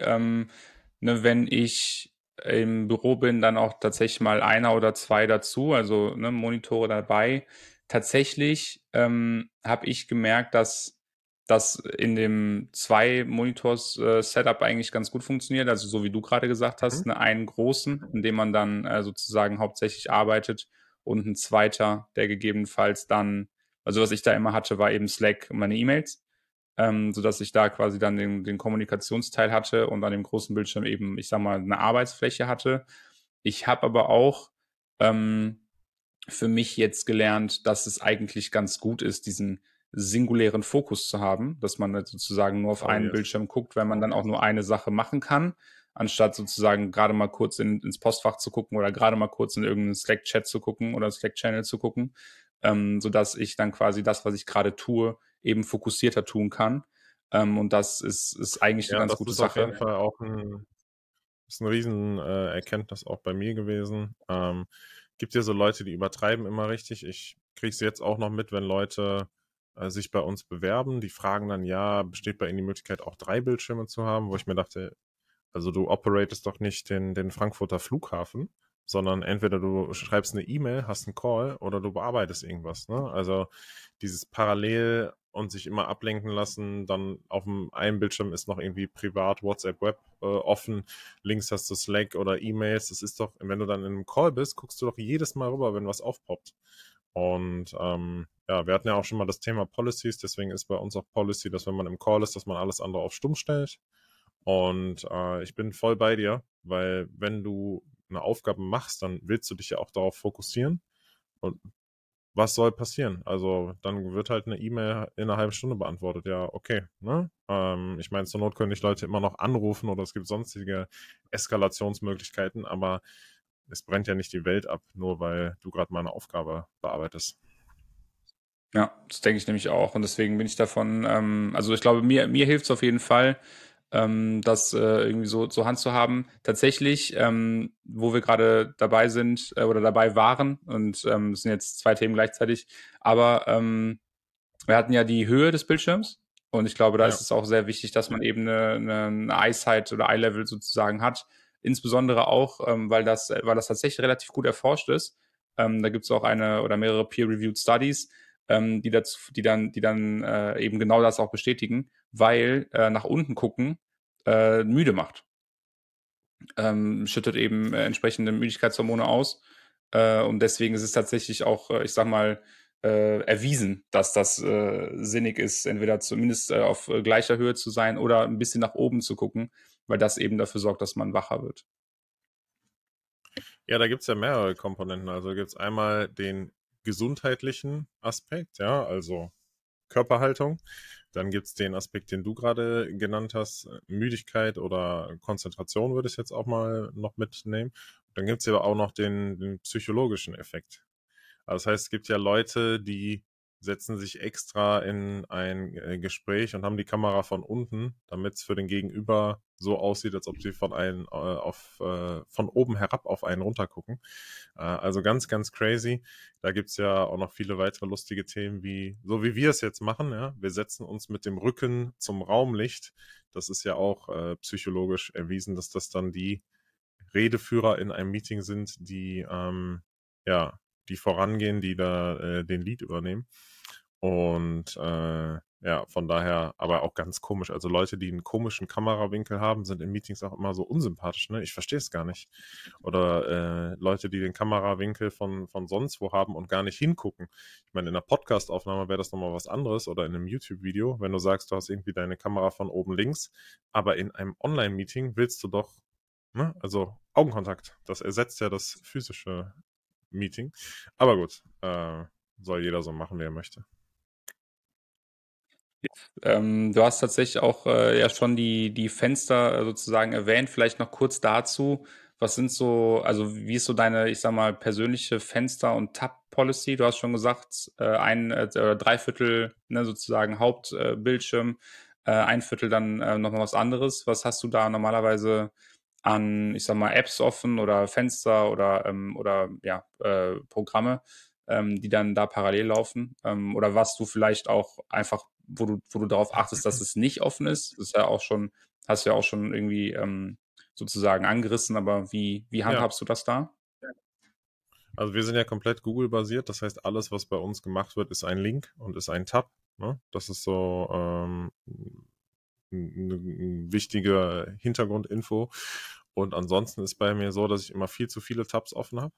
Ne, wenn ich im Büro bin, dann auch tatsächlich mal einer oder zwei dazu, also ne, Monitore dabei. Tatsächlich habe ich gemerkt, dass das in dem zwei Monitors Setup eigentlich ganz gut funktioniert. Also so wie du gerade gesagt
Mhm.
hast, ne, einen großen, in dem man dann sozusagen hauptsächlich arbeitet und ein zweiter, der gegebenenfalls dann, also was ich da immer hatte, war eben Slack und meine E-Mails, sodass ich da quasi dann den Kommunikationsteil hatte und an dem großen Bildschirm eben, ich sag mal, eine Arbeitsfläche hatte. Ich habe aber auch ähm, für mich jetzt gelernt, dass es eigentlich ganz gut ist, diesen singulären Fokus zu haben, dass man halt sozusagen nur auf
Oh
einen
yes.
Bildschirm guckt, wenn man dann auch nur eine Sache machen kann, anstatt sozusagen gerade mal kurz ins Postfach zu gucken oder gerade mal kurz in irgendeinen Slack-Chat zu gucken oder Slack-Channel zu gucken, sodass ich dann quasi das, was ich gerade tue, eben fokussierter tun kann. Und das ist eigentlich eine
Ja,
ganz
das
gute
ist auf jeden
Sache.
Fall auch ist ein riesen Erkenntnis auch bei mir gewesen. Gibt ja so Leute, die übertreiben immer richtig. Ich kriege es jetzt auch noch mit, wenn Leute sich bei uns bewerben. Die fragen dann, ja, besteht bei Ihnen die Möglichkeit, auch 3 Bildschirme zu haben? Wo ich mir dachte, also du operatest doch nicht den Frankfurter Flughafen, sondern entweder du schreibst eine E-Mail, hast einen Call oder du bearbeitest irgendwas. Ne? Also dieses Parallel und sich immer ablenken lassen, dann auf dem einen Bildschirm ist noch irgendwie privat WhatsApp Web offen, links hast du Slack oder E-Mails. Das ist doch, wenn du dann in einem Call bist, guckst du doch jedes Mal rüber, wenn was aufpoppt. Und ja, wir hatten ja auch schon mal das Thema Policies, deswegen ist bei uns auch Policy, dass wenn man im Call ist, dass man alles andere auf Stumm stellt. Und ich bin voll bei dir, weil wenn du eine Aufgabe machst, dann willst du dich ja auch darauf fokussieren. Und was soll passieren? Also dann wird halt eine E-Mail in einer halben Stunde beantwortet. Ja, okay. Ne? Ich meine, zur Not können dich Leute immer noch anrufen oder es gibt sonstige Eskalationsmöglichkeiten, aber es brennt ja nicht die Welt ab, nur weil du gerade mal eine Aufgabe bearbeitest.
Ja, das denke ich nämlich auch. Und deswegen bin ich davon, also ich glaube, mir hilft es auf jeden Fall, das irgendwie so zur Hand zu haben. Tatsächlich, wo wir gerade dabei sind oder dabei waren, und das sind jetzt zwei Themen gleichzeitig, aber wir hatten ja die Höhe des Bildschirms, und ich glaube, da
Ja.
ist es auch sehr wichtig, dass man eben eine Eyesight oder Eye-Level sozusagen hat. Insbesondere auch, weil das tatsächlich relativ gut erforscht ist. Da gibt es auch eine oder mehrere Peer-Reviewed Studies, die dann eben genau das auch bestätigen, weil nach unten gucken müde macht. Schüttet eben entsprechende Müdigkeitshormone aus. Und deswegen ist es tatsächlich auch, ich sag mal, erwiesen, dass das sinnig ist, entweder zumindest auf gleicher Höhe zu sein oder ein bisschen nach oben zu gucken, weil das eben dafür sorgt, dass man wacher wird.
Ja, da gibt's ja mehrere Komponenten. Also gibt's einmal den gesundheitlichen Aspekt, ja, also Körperhaltung. Dann gibt's den Aspekt, den du gerade genannt hast, Müdigkeit oder Konzentration würde ich jetzt auch mal noch mitnehmen. Dann gibt's aber auch noch den psychologischen Effekt. Also das heißt, es gibt ja Leute, die setzen sich extra in ein Gespräch und haben die Kamera von unten, damit es für den Gegenüber so aussieht, als ob sie von oben herab auf einen runtergucken. Also ganz, ganz crazy. Da gibt's ja auch noch viele weitere lustige Themen, wie so wie wir es jetzt machen. Ja? Wir setzen uns mit dem Rücken zum Raumlicht. Das ist ja auch psychologisch erwiesen, dass das dann die Redeführer in einem Meeting sind, die ja, die vorangehen, die da den Lead übernehmen. Und ja, von daher aber auch ganz komisch. Also Leute, die einen komischen Kamerawinkel haben, sind in Meetings auch immer so unsympathisch. Ne? Ich verstehe es gar nicht. Oder Leute, die den Kamerawinkel von sonst wo haben und gar nicht hingucken. Ich meine, in einer Podcast-Aufnahme wäre das nochmal was anderes oder in einem YouTube-Video, wenn du sagst, du hast irgendwie deine Kamera von oben links. Aber in einem Online-Meeting willst du doch, ne? Also Augenkontakt. Das ersetzt ja das physische Meeting. Aber gut, soll jeder so machen, wie er möchte.
Du hast tatsächlich auch ja schon die Fenster sozusagen erwähnt. Vielleicht noch kurz dazu. Was sind so, also wie ist so deine, ich sag mal, persönliche Fenster- und Tab-Policy? Du hast schon gesagt, oder drei Viertel, ne, sozusagen Hauptbildschirm, ein Viertel dann nochmal was anderes. Was hast du da normalerweise an, ich sag mal, Apps offen oder Fenster oder ja, Programme, die dann da parallel laufen? Oder was du vielleicht auch einfach, wo du darauf achtest, dass es nicht offen ist? Das ist ja auch schon, hast du ja auch schon irgendwie sozusagen angerissen, aber wie
Ja,
handhabst du das da?
also wir sind ja komplett Google-basiert. Das heißt, alles, was bei uns gemacht wird, ist ein Link und ist ein Tab. Ne? Das ist so eine wichtige Hintergrundinfo. Und ansonsten ist bei mir so, dass ich immer viel zu viele Tabs offen habe.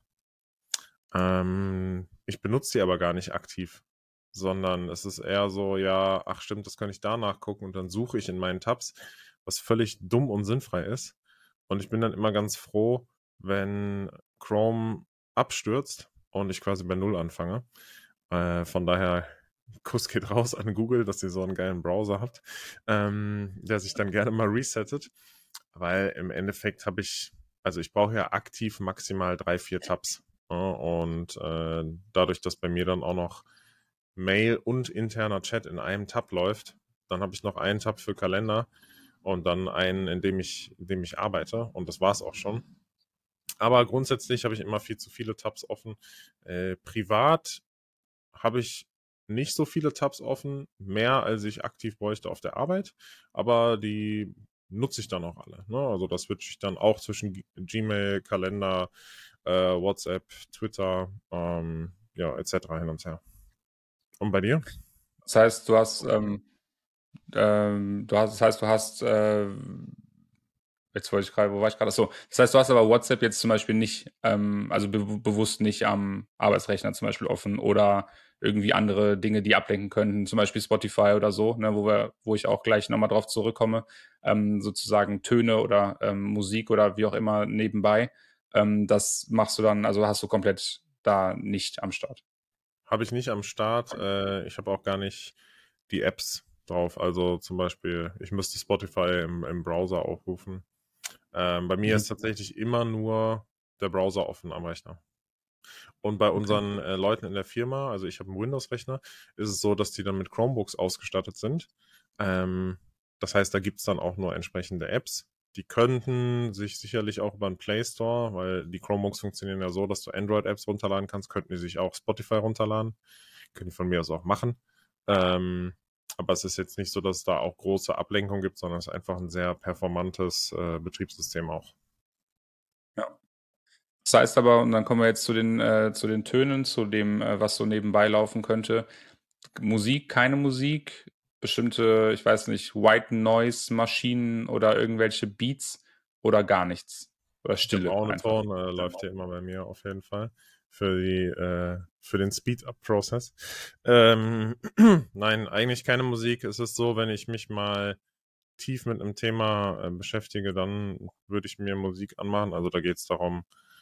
Ich benutze die aber gar nicht aktiv, sondern es ist eher so, ja, ach stimmt, das kann ich da nachgucken und dann suche ich in meinen Tabs, was völlig dumm und sinnfrei ist. Und ich bin dann immer ganz froh, wenn Chrome abstürzt und ich quasi bei Null anfange. Von daher, Kuss geht raus an Google, dass ihr so einen geilen Browser habt, der sich dann gerne mal resettet, weil im Endeffekt also ich brauche ja aktiv maximal 3, 4 Tabs. Ja, und dadurch, dass bei mir dann auch noch Mail und interner Chat in einem Tab läuft, dann habe ich noch einen Tab für Kalender und dann einen, in dem ich arbeite. Und das war es auch schon. Aber grundsätzlich habe ich immer viel zu viele Tabs offen. Privat habe ich nicht so viele Tabs offen, mehr als ich aktiv bräuchte auf der Arbeit, aber die nutze ich dann auch alle. Ne? Also das switche ich dann auch zwischen Gmail, Kalender, WhatsApp, Twitter, ja, etc. hin und her. Und bei dir?
Das heißt, du hast, jetzt wollte ich gerade, wo war ich gerade? So, das heißt, du hast aber WhatsApp jetzt zum Beispiel nicht, also bewusst nicht am Arbeitsrechner zum Beispiel offen oder irgendwie andere Dinge, die ablenken könnten, zum Beispiel Spotify oder so, ne, wo ich auch gleich nochmal drauf zurückkomme, sozusagen Töne oder Musik oder wie auch immer nebenbei. Das machst du dann, also hast du komplett da nicht am Start.
Habe ich nicht am Start. Ich habe auch gar nicht die Apps drauf. Also zum Beispiel, ich müsste Spotify im Browser aufrufen. Bei mir ist
Mhm.
tatsächlich immer nur der Browser offen am Rechner. Und bei
Okay.
unseren Leuten in der Firma, also ich habe einen Windows-Rechner, ist es so, dass die dann mit Chromebooks ausgestattet sind. Ähm, Das heißt, da gibt's dann auch nur entsprechende Apps. Die könnten sich sicherlich auch über den Play Store, weil die Chromebooks funktionieren ja so, dass du Android-Apps runterladen kannst, könnten die sich auch Spotify runterladen. Können die von mir aus auch machen. Aber es ist jetzt nicht so, dass es da auch große Ablenkung gibt, sondern es ist einfach ein sehr performantes Betriebssystem auch.
Ja. Das heißt aber, und dann kommen wir jetzt zu den Tönen, zu dem, was so nebenbei laufen könnte. Musik, keine Musik, bestimmte, ich weiß nicht, White Noise Maschinen oder irgendwelche Beats oder gar nichts. Oder
Der
Stille
braune
einfach.
Ton läuft hier immer bei mir auf jeden Fall für den Speed-Up-Prozess. Nein, eigentlich keine Musik. Es ist so, wenn ich mich mal tief mit einem Thema beschäftige, dann würde ich mir Musik anmachen. Also da geht es darum,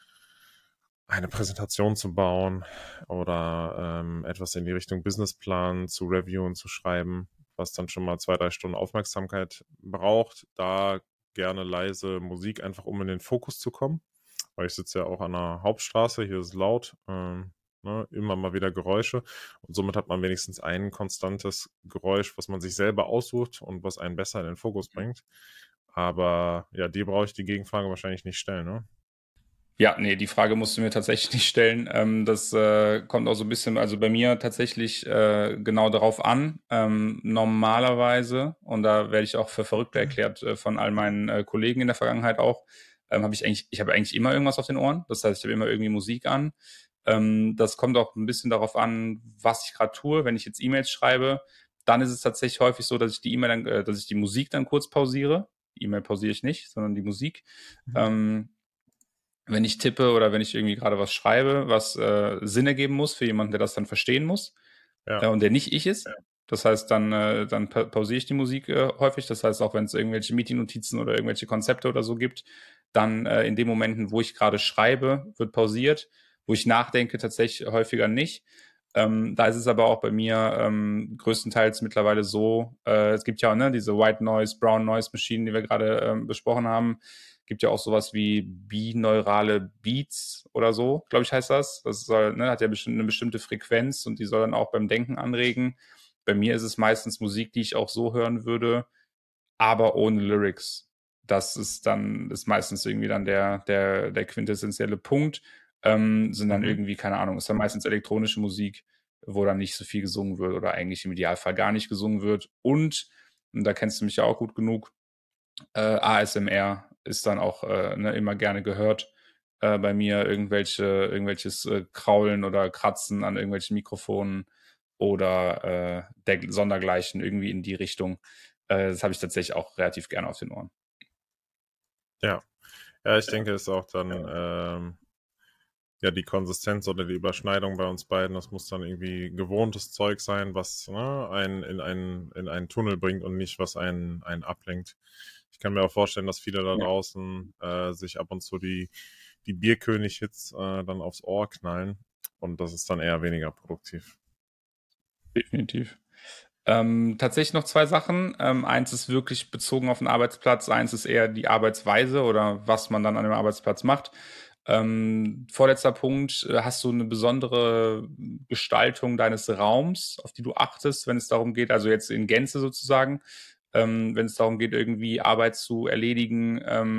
eine Präsentation zu bauen oder etwas in die Richtung Businessplan zu reviewen, zu schreiben, was dann schon mal 2, 3 Stunden Aufmerksamkeit braucht. Da gerne leise Musik, einfach um in den Fokus zu kommen, weil ich sitze ja auch an der Hauptstraße, hier ist es laut, ne, immer mal wieder Geräusche und somit hat man wenigstens ein konstantes Geräusch, was man sich selber aussucht und was einen besser in den Fokus bringt. Aber ja, dir brauche ich die Gegenfrage wahrscheinlich nicht stellen, ne?
Ja, nee, die Frage musst du mir tatsächlich nicht stellen. Das kommt auch so ein bisschen, also bei mir tatsächlich genau darauf an. Normalerweise, und da werde ich auch für verrückt erklärt von all meinen Kollegen in der Vergangenheit auch, ich habe eigentlich immer irgendwas auf den Ohren. Das heißt, ich habe immer irgendwie Musik an. Das kommt auch ein bisschen darauf an, was ich gerade tue. Wenn ich jetzt E-Mails schreibe, dann ist es tatsächlich häufig so, dass ich die dass ich die Musik dann kurz pausiere. Die E-Mail pausiere ich nicht, sondern die Musik. Ähm, Wenn ich tippe oder wenn ich irgendwie gerade was schreibe, was Sinn ergeben muss für jemanden, der das dann verstehen muss
Ja.
und der nicht ich ist. Das heißt, dann pausiere ich die Musik häufig. Das heißt, auch wenn es irgendwelche Meeting-Notizen oder irgendwelche Konzepte oder so gibt, dann in den Momenten, wo ich gerade schreibe, wird pausiert. Wo ich nachdenke, tatsächlich häufiger nicht. Da ist es aber auch bei mir größtenteils mittlerweile so, es gibt ja auch diese White Noise, Brown Noise Maschinen, die wir gerade besprochen haben. Gibt ja auch sowas wie bineurale Beats oder so, glaube ich, heißt das. Das soll, hat ja eine bestimmte Frequenz und die soll dann auch beim Denken anregen. Bei mir ist es meistens Musik, die ich auch so hören würde, aber ohne Lyrics. Ist meistens irgendwie dann der quintessentielle Punkt. Sind dann
Mhm.
irgendwie, keine Ahnung, ist dann meistens elektronische Musik, wo dann nicht so viel gesungen wird oder eigentlich im Idealfall gar nicht gesungen wird. Und da kennst du mich ja auch gut genug, ASMR ist dann auch immer gerne gehört. Bei mir irgendwelches Kraulen oder Kratzen an irgendwelchen Mikrofonen oder Sondergleichen irgendwie in die Richtung. Das habe ich tatsächlich auch relativ gerne auf den Ohren.
Ja. Ja, ich denke, es ist auch dann ja die Konsistenz oder die Überschneidung bei uns beiden. Das muss dann irgendwie gewohntes Zeug sein, was einen in einen Tunnel bringt und nicht, was einen ablenkt. Ich kann mir auch vorstellen, dass viele da
Ja,
draußen sich ab und zu die Bierkönig-Hits dann aufs Ohr knallen und das ist dann eher weniger produktiv.
definitiv. Tatsächlich noch zwei Sachen. Eins ist wirklich bezogen auf den Arbeitsplatz, eins ist eher die Arbeitsweise oder was man dann an dem Arbeitsplatz macht. Vorletzter Punkt, hast du eine besondere Gestaltung deines Raums, auf die du achtest, wenn es darum geht, also jetzt in Gänze sozusagen, wenn es darum geht, irgendwie Arbeit zu erledigen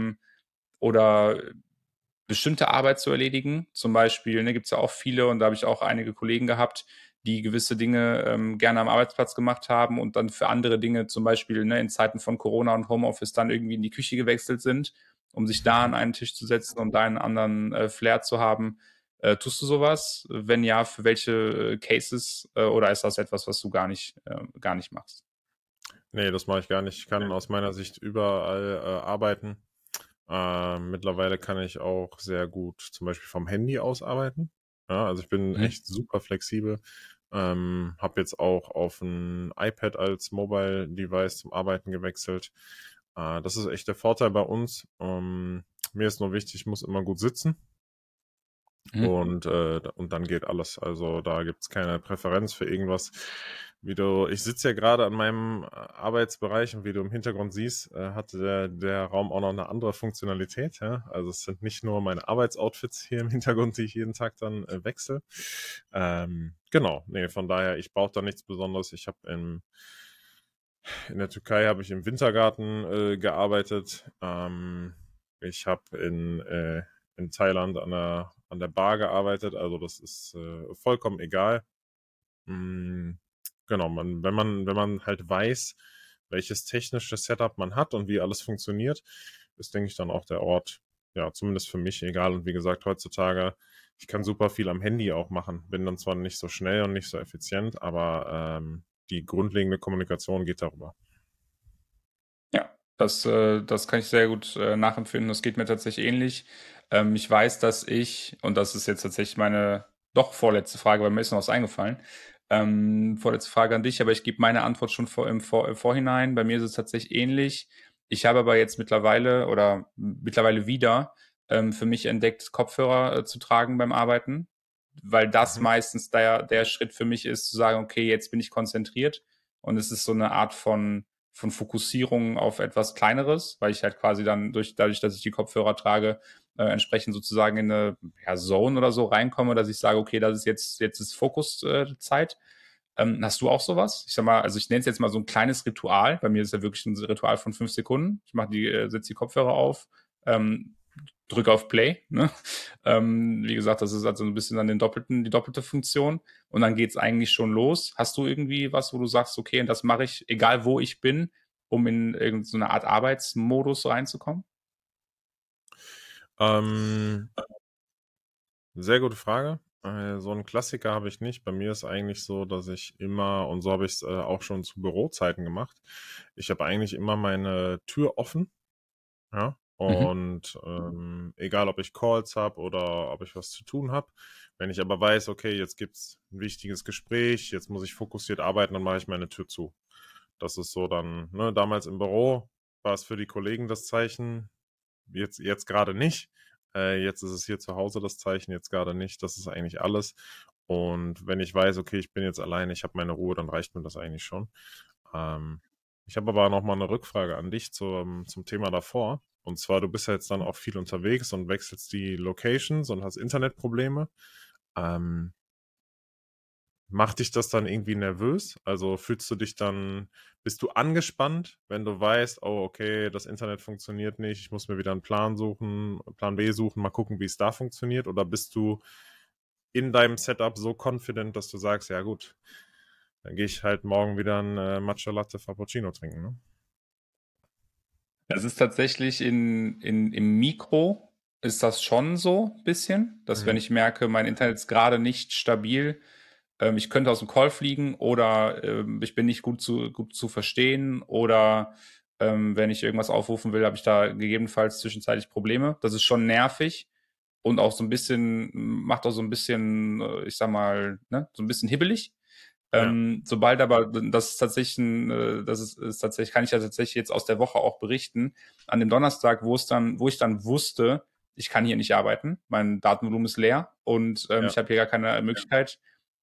oder bestimmte Arbeit zu erledigen. Zum Beispiel, gibt es ja auch viele, und da habe ich auch einige Kollegen gehabt, die gewisse Dinge gerne am Arbeitsplatz gemacht haben und dann für andere Dinge, zum Beispiel in Zeiten von Corona und Homeoffice, dann irgendwie in die Küche gewechselt sind, um sich da an einen Tisch zu setzen und da einen anderen Flair zu haben. Tust du sowas? Wenn ja, für welche Cases oder ist das etwas, was du gar nicht machst?
Nee, das mache ich gar nicht. Ich kann aus meiner Sicht überall arbeiten. Mittlerweile kann ich auch sehr gut zum Beispiel vom Handy aus arbeiten. Ja, also ich bin
Mhm.
echt super flexibel. Habe jetzt auch auf ein iPad als Mobile Device zum Arbeiten gewechselt. Das ist echt der Vorteil bei uns. Mir ist nur wichtig, ich muss immer gut sitzen.
Mhm.
Und dann geht alles. Also da gibt's keine Präferenz für irgendwas. Ich sitze ja gerade an meinem Arbeitsbereich und wie du im Hintergrund siehst, hat der Raum auch noch eine andere Funktionalität. Ja? Also es sind nicht nur meine Arbeitsoutfits hier im Hintergrund, die ich jeden Tag dann wechsle. Genau, nee, von daher, ich brauche da nichts Besonderes. Ich habe In der Türkei habe ich im Wintergarten gearbeitet. Ich habe in Thailand an der Bar gearbeitet. Also das ist vollkommen egal. Mm, genau, wenn man halt weiß, welches technische Setup man hat und wie alles funktioniert, ist, denke ich, dann auch der Ort, ja, zumindest für mich egal. Und wie gesagt, heutzutage, ich kann super viel am Handy auch machen. Bin dann zwar nicht so schnell und nicht so effizient, aber die grundlegende Kommunikation geht darüber.
Ja, das kann ich sehr gut nachempfinden. Das geht mir tatsächlich ähnlich. Ich weiß, dass ich, und das ist jetzt tatsächlich meine doch vorletzte Frage, weil mir ist noch was eingefallen. Vorletzte Frage an dich, aber ich gebe meine Antwort schon im Vorhinein. Bei mir ist es tatsächlich ähnlich. Ich habe aber jetzt mittlerweile wieder für mich entdeckt, Kopfhörer zu tragen beim Arbeiten, weil das
Mhm.
meistens der Schritt für mich ist, zu sagen, okay, jetzt bin ich konzentriert und es ist so eine Art von Fokussierung auf etwas Kleineres, weil ich halt quasi dann dadurch, dass ich die Kopfhörer trage, entsprechend sozusagen in eine Zone oder so reinkomme, dass ich sage, okay, das ist jetzt ist Fokuszeit. Hast du auch sowas? Ich sag mal, also ich nenne es jetzt mal so ein kleines Ritual. Bei mir ist es ja wirklich ein Ritual von 5 Sekunden. Ich setze die Kopfhörer auf, ähm, drücke auf Play. Ne? Wie gesagt, das ist also ein bisschen dann die doppelte Funktion. Und dann geht's eigentlich schon los. Hast du irgendwie was, wo du sagst, okay, und das mache ich, egal wo ich bin, um in irgendeine Art Arbeitsmodus reinzukommen?
Ähm, Sehr gute Frage. So einen Klassiker habe ich nicht. Bei mir ist eigentlich so, dass ich immer, und so habe ich es auch schon zu Bürozeiten gemacht, ich habe eigentlich immer meine Tür offen, ja.
Mhm.
Und egal, ob ich Calls habe oder ob ich was zu tun habe, wenn ich aber weiß, okay, jetzt gibt's ein wichtiges Gespräch, jetzt muss ich fokussiert arbeiten, dann mache ich meine Tür zu. Das ist so dann, ne, damals im Büro war es für die Kollegen das Zeichen, jetzt gerade nicht. Jetzt ist es hier zu Hause das Zeichen, jetzt gerade nicht. Das ist eigentlich alles. Und wenn ich weiß, okay, ich bin jetzt alleine, ich habe meine Ruhe, dann reicht mir das eigentlich schon. Ähm, Ich habe aber noch mal eine Rückfrage an dich zum Thema davor. Und zwar, du bist ja jetzt dann auch viel unterwegs und wechselst die Locations und hast Internetprobleme. Ähm, Macht dich das dann irgendwie nervös? Also bist du angespannt, wenn du weißt, oh, okay, das Internet funktioniert nicht, ich muss mir wieder einen Plan suchen, Plan B suchen, mal gucken, wie es da funktioniert? Oder bist du in deinem Setup so confident, dass du sagst, ja gut, dann gehe ich halt morgen wieder ein Matcha Latte Frappuccino trinken, ne?
Das ist tatsächlich im Mikro ist das schon so ein bisschen, dass wenn
Mhm.
ich merke, mein Internet ist gerade nicht stabil, ich könnte aus dem Call fliegen oder ich bin nicht gut zu verstehen oder wenn ich irgendwas aufrufen will, habe ich da gegebenenfalls zwischenzeitlich Probleme. Das ist schon nervig und auch so ein bisschen, macht auch so ein bisschen, ich sag mal, ne, so ein bisschen hibbelig.
Ja,
Sobald aber, das ist tatsächlich, ist tatsächlich, kann ich ja tatsächlich jetzt aus der Woche auch berichten, an dem Donnerstag, wo ich dann wusste, ich kann hier nicht arbeiten, mein Datenvolumen ist leer und
ja,
ich habe hier gar keine Möglichkeit,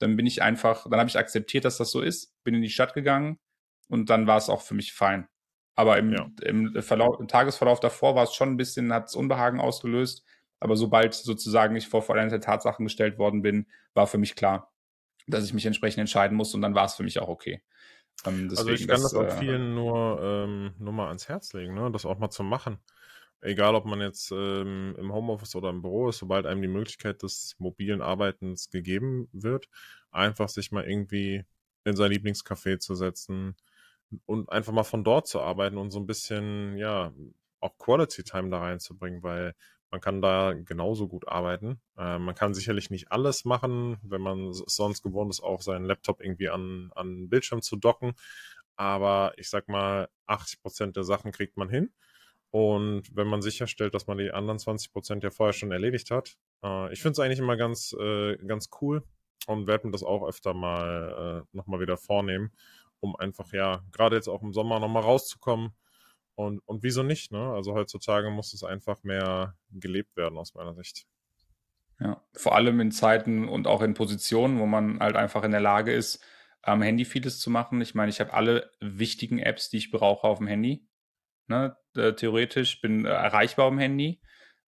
dann habe ich akzeptiert, dass das so ist, bin in die Stadt gegangen und dann war es auch für mich fein. Aber
ja,
im Tagesverlauf davor war es schon ein bisschen, hat es Unbehagen ausgelöst, aber sobald sozusagen ich vor vollendete Tatsachen gestellt worden bin, war für mich klar, dass ich mich entsprechend entscheiden muss und dann war es für mich auch okay.
Also
Deswegen
ich kann
das,
das auch vielen nur mal ans Herz legen, ne? Das auch mal zu machen. Egal, ob man jetzt im Homeoffice oder im Büro ist, sobald einem die Möglichkeit des mobilen Arbeitens gegeben wird, einfach sich mal irgendwie in sein Lieblingscafé zu setzen und einfach mal von dort zu arbeiten und so ein bisschen, ja, auch Quality Time da reinzubringen, weil man kann da genauso gut arbeiten. Man kann sicherlich nicht alles machen, wenn man sonst gewohnt ist, auch seinen Laptop irgendwie an den Bildschirm zu docken. Aber ich sag mal, 80% der Sachen kriegt man hin. Und wenn man sicherstellt, dass man die anderen 20% ja vorher schon erledigt hat, ich finde es eigentlich immer ganz cool und werde mir das auch öfter mal nochmal wieder vornehmen, um einfach, ja, gerade jetzt auch im Sommer nochmal rauszukommen. Und wieso nicht, ne? Also heutzutage muss es einfach mehr gelebt werden, aus meiner Sicht.
ja, vor allem in Zeiten und auch in Positionen, wo man halt einfach in der Lage ist, am Handy vieles zu machen. Ich meine, ich habe alle wichtigen Apps, die ich brauche, auf dem Handy. Ne? Theoretisch bin erreichbar am Handy.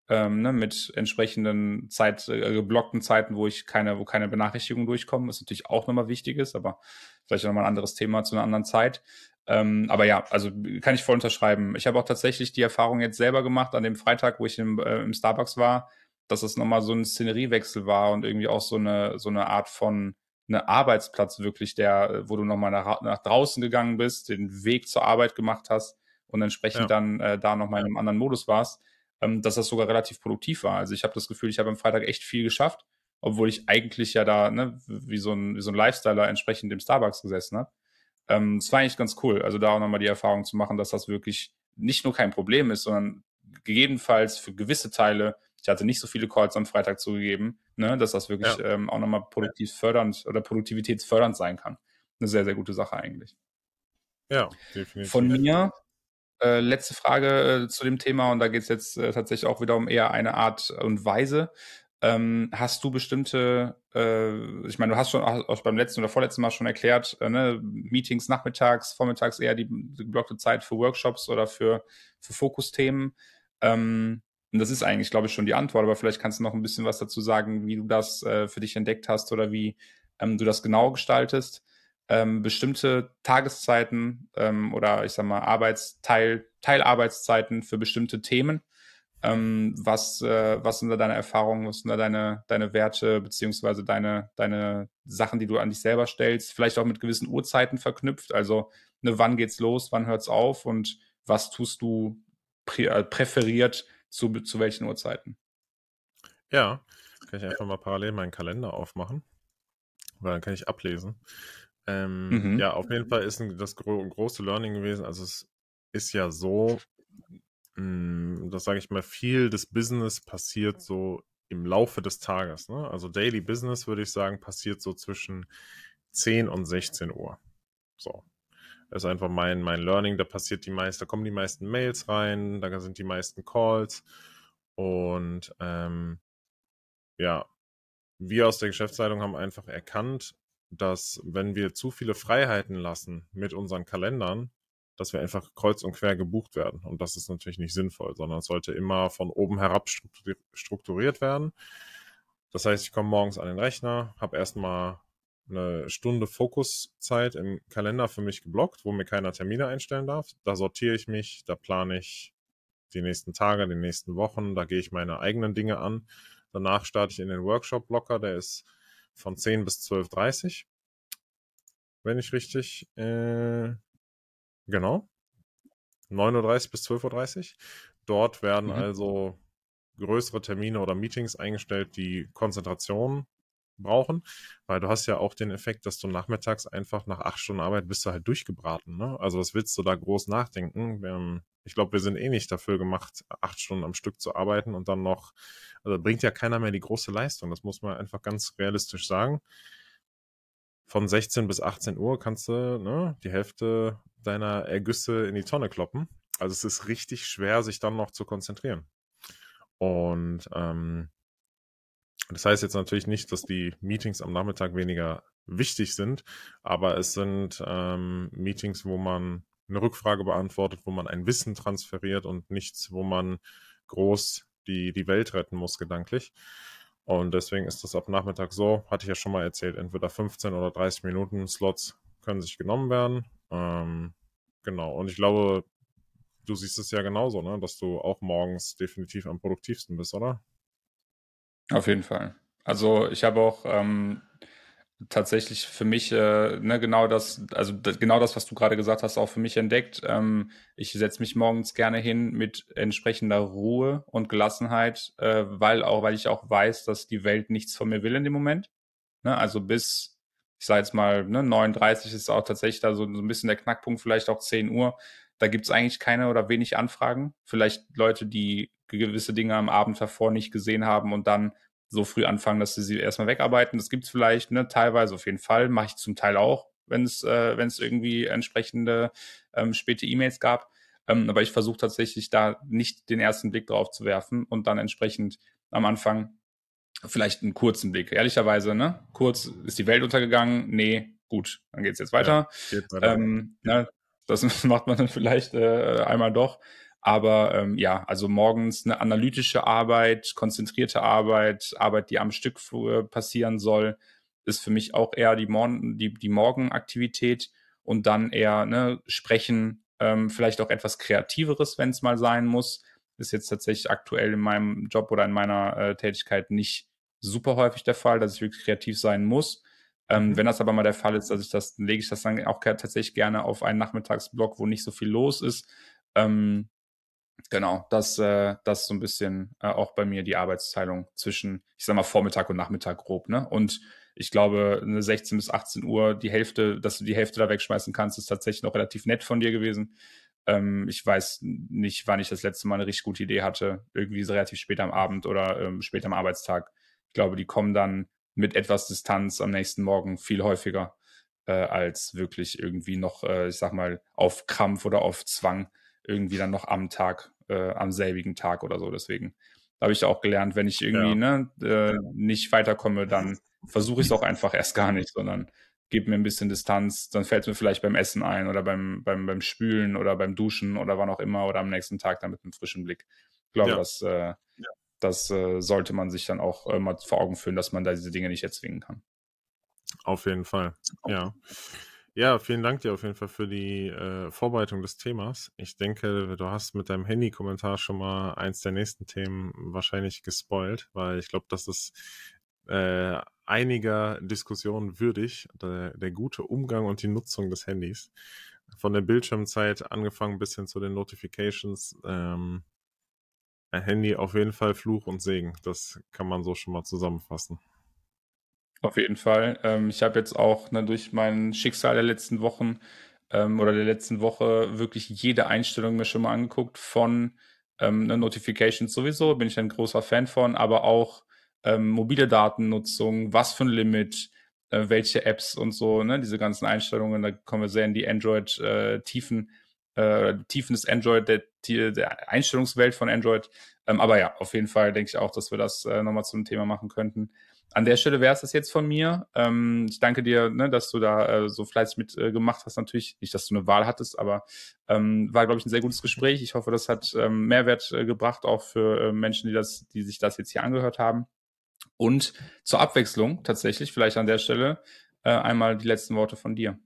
ne, mit entsprechenden geblockten Zeiten, wo keine Benachrichtigungen durchkommen, was natürlich auch nochmal wichtig ist, aber vielleicht nochmal ein anderes Thema zu einer anderen Zeit. Aber ja, also kann ich voll unterschreiben. Ich habe auch tatsächlich die Erfahrung jetzt selber gemacht an dem Freitag, wo ich im Starbucks war, dass es nochmal so ein Szeneriewechsel war und irgendwie auch so eine Art von eine Arbeitsplatz wirklich, wo du nochmal nach draußen gegangen bist, den Weg zur Arbeit gemacht hast und entsprechend
Ja,
dann da nochmal in einem anderen Modus warst, dass das sogar relativ produktiv war. Also ich habe das Gefühl, ich habe am Freitag echt viel geschafft, obwohl ich eigentlich ja da, ne, wie so ein Lifestyler entsprechend im Starbucks gesessen habe. Das war eigentlich ganz cool. Also da auch nochmal die Erfahrung zu machen, dass das wirklich nicht nur kein Problem ist, sondern gegebenenfalls für gewisse Teile, ich hatte nicht so viele Calls am Freitag zugegeben, ne, dass das wirklich
ja,
auch nochmal produktiv fördernd oder produktivitätsfördernd sein kann. Eine sehr, sehr gute Sache eigentlich.
ja,
Von
definitiv.
mir letzte Frage zu dem Thema, und da geht es jetzt tatsächlich auch wieder um eher eine Art und Weise. Hast du bestimmte, ich meine, du hast schon auch beim letzten oder vorletzten Mal schon erklärt, ne, Meetings nachmittags, vormittags eher die geblockte Zeit für Workshops oder für Fokusthemen. Und das ist eigentlich, glaube ich, schon die Antwort, aber vielleicht kannst du noch ein bisschen was dazu sagen, wie du das für dich entdeckt hast oder wie du das genau gestaltest, bestimmte Tageszeiten oder ich sag mal Teilarbeitszeiten für bestimmte Themen. Was sind da deine Erfahrungen, was sind da deine Werte, beziehungsweise deine Sachen, die du an dich selber stellst, vielleicht auch mit gewissen Uhrzeiten verknüpft, also ne, wann geht's los, wann hört's auf und was tust du präferiert zu welchen Uhrzeiten?
Ja, kann ich einfach mal parallel meinen Kalender aufmachen, weil dann kann ich ablesen.
Mhm.
Ja, auf jeden Fall ist das große Learning gewesen. Also es ist ja so, das sage ich mal, viel des Business passiert so im Laufe des Tages. Ne? Also Daily Business, würde ich sagen, passiert so zwischen 10 und 16 Uhr. So. Das ist einfach mein Learning. Da kommen die meisten Mails rein, da sind die meisten Calls. Und ja, wir aus der Geschäftsleitung haben einfach erkannt, dass wenn wir zu viele Freiheiten lassen mit unseren Kalendern, dass wir einfach kreuz und quer gebucht werden. Und das ist natürlich nicht sinnvoll, sondern es sollte immer von oben herab strukturiert werden. Das heißt, ich komme morgens an den Rechner, habe erstmal eine Stunde Fokuszeit im Kalender für mich geblockt, wo mir keiner Termine einstellen darf. Da sortiere ich mich, da plane ich die nächsten Tage, die nächsten Wochen, da gehe ich meine eigenen Dinge an. Danach starte ich in den Workshop-Blocker, der ist von 10 bis 12:30, wenn ich richtig, genau, 9:30 bis 12:30. Dort werden
Mhm.
also größere Termine oder Meetings eingestellt, die Konzentration brauchen, weil du hast ja auch den Effekt, dass du nachmittags einfach nach 8 Stunden Arbeit bist du halt durchgebraten. Ne? Also was willst du da groß nachdenken? Ich glaube, wir sind eh nicht dafür gemacht, 8 Stunden am Stück zu arbeiten und dann noch, also bringt ja keiner mehr die große Leistung. Das muss man einfach ganz realistisch sagen. Von 16 bis 18 Uhr kannst du, ne, die Hälfte deiner Ergüsse in die Tonne kloppen. Also es ist richtig schwer, sich dann noch zu konzentrieren. Und das heißt jetzt natürlich nicht, dass die Meetings am Nachmittag weniger wichtig sind, aber es sind Meetings, wo man eine Rückfrage beantwortet, wo man ein Wissen transferiert und nichts, wo man groß die Welt retten muss, gedanklich. Und deswegen ist das ab Nachmittag so, hatte ich ja schon mal erzählt, entweder 15 oder 30 Minuten Slots können sich genommen werden. Genau, und ich glaube, du siehst es ja genauso, ne? Dass du auch morgens definitiv am produktivsten bist, oder?
Auf jeden Fall. Also ich habe auch tatsächlich für mich ne, genau das, was du gerade gesagt hast, auch für mich entdeckt. Ich setze mich morgens gerne hin mit entsprechender Ruhe und Gelassenheit, weil ich auch weiß, dass die Welt nichts von mir will in dem Moment. Ne? Also ich sage jetzt mal, ne, 39 ist auch tatsächlich da so ein bisschen der Knackpunkt, vielleicht auch 10 Uhr. Da gibt es eigentlich keine oder wenig Anfragen. Vielleicht Leute, die gewisse Dinge am Abend davor nicht gesehen haben und dann so früh anfangen, dass sie erstmal wegarbeiten. Das gibt es vielleicht, ne, teilweise auf jeden Fall. Mache ich zum Teil auch, wenn es irgendwie entsprechende späte E-Mails gab. Aber ich versuche tatsächlich da nicht den ersten Blick drauf zu werfen und dann entsprechend am Anfang vielleicht einen kurzen Blick. Ehrlicherweise, ne? Kurz ist die Welt untergegangen. Nee, gut, dann geht's jetzt
Ja,
weiter.
geht weiter.
Ne? Das macht man dann vielleicht einmal doch. Aber ja, also morgens eine analytische Arbeit, konzentrierte Arbeit, Arbeit, die am Stück passieren soll, ist für mich auch eher die Morgenaktivität und dann eher sprechen, vielleicht auch etwas Kreativeres, wenn es mal sein muss. Ist jetzt tatsächlich aktuell in meinem Job oder in meiner Tätigkeit nicht super häufig der Fall, dass ich wirklich kreativ sein muss. Wenn das aber mal der Fall ist, lege ich das dann auch tatsächlich gerne auf einen Nachmittagsblock, wo nicht so viel los ist. Genau, das ist so ein bisschen auch bei mir die Arbeitsteilung zwischen, ich sag mal, Vormittag und Nachmittag grob, ne? Und ich glaube, eine 16 bis 18 Uhr, dass du die Hälfte da wegschmeißen kannst, ist tatsächlich noch relativ nett von dir gewesen. Ich weiß nicht, wann ich das letzte Mal eine richtig gute Idee hatte. Irgendwie so relativ spät am Abend oder spät am Arbeitstag. Ich glaube, die kommen dann mit etwas Distanz am nächsten Morgen viel häufiger, als wirklich irgendwie noch, ich sag mal, auf Krampf oder auf Zwang irgendwie dann noch am selbigen Tag oder so. Deswegen habe ich auch gelernt, wenn ich irgendwie
Ja.
nicht weiterkomme, dann versuche ich es auch einfach erst gar nicht, sondern gebe mir ein bisschen Distanz. Dann fällt es mir vielleicht beim Essen ein oder beim Spülen oder beim Duschen oder wann auch immer oder am nächsten Tag dann mit einem frischen Blick. Ich glaube,
Ja,
das sollte man sich dann auch mal vor Augen führen, dass man da diese Dinge nicht erzwingen kann.
auf jeden Fall. Ja. Ja, vielen Dank dir auf jeden Fall für die Vorbereitung des Themas. Ich denke, du hast mit deinem Handy-Kommentar schon mal eins der nächsten Themen wahrscheinlich gespoilt, weil ich glaube, das ist einiger Diskussionen würdig, der gute Umgang und die Nutzung des Handys. Von der Bildschirmzeit angefangen bis hin zu den Notifications. Ein Handy auf jeden Fall Fluch und Segen. Das kann man so schon mal zusammenfassen.
Auf jeden Fall. Ich habe jetzt auch durch mein Schicksal der letzten Wochen oder der letzten Woche wirklich jede Einstellung mir schon mal angeguckt von Notifications sowieso, bin ich ein großer Fan von, aber auch mobile Datennutzung, was für ein Limit, welche Apps und so, ne, diese ganzen Einstellungen, da kommen wir sehr in die Android-Tiefen, Tiefen des Android, der Einstellungswelt von Android. Aber ja, auf jeden Fall denke ich auch, dass wir das nochmal zum Thema machen könnten. An der Stelle wäre es das jetzt von mir. Ich danke dir, ne, dass du da so fleißig mitgemacht hast. Natürlich nicht, dass du eine Wahl hattest, aber war, glaube ich, ein sehr gutes Gespräch. Ich hoffe, das hat Mehrwert gebracht, auch für Menschen, die sich das jetzt hier angehört haben. Und zur Abwechslung tatsächlich, vielleicht an der Stelle, einmal die letzten Worte von dir.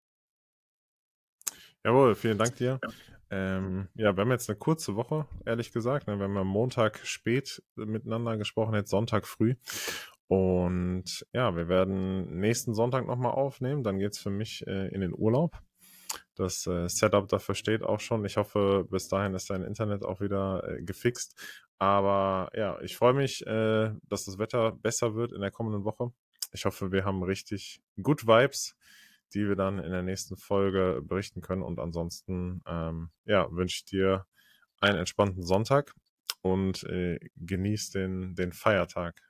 Jawohl, vielen Dank dir. Ja, wir haben jetzt eine kurze Woche, ehrlich gesagt. Ne? Wir haben am Montag spät miteinander gesprochen, jetzt Sonntag früh. Und ja, wir werden nächsten Sonntag nochmal aufnehmen. Dann geht's für mich in den Urlaub. Das Setup dafür steht auch schon. Ich hoffe, bis dahin ist dein Internet auch wieder gefixt. Aber ja, ich freue mich, dass das Wetter besser wird in der kommenden Woche. Ich hoffe, wir haben richtig Good Vibes, die wir dann in der nächsten Folge berichten können. Und ansonsten ja, wünsche ich dir einen entspannten Sonntag und genieß den Feiertag.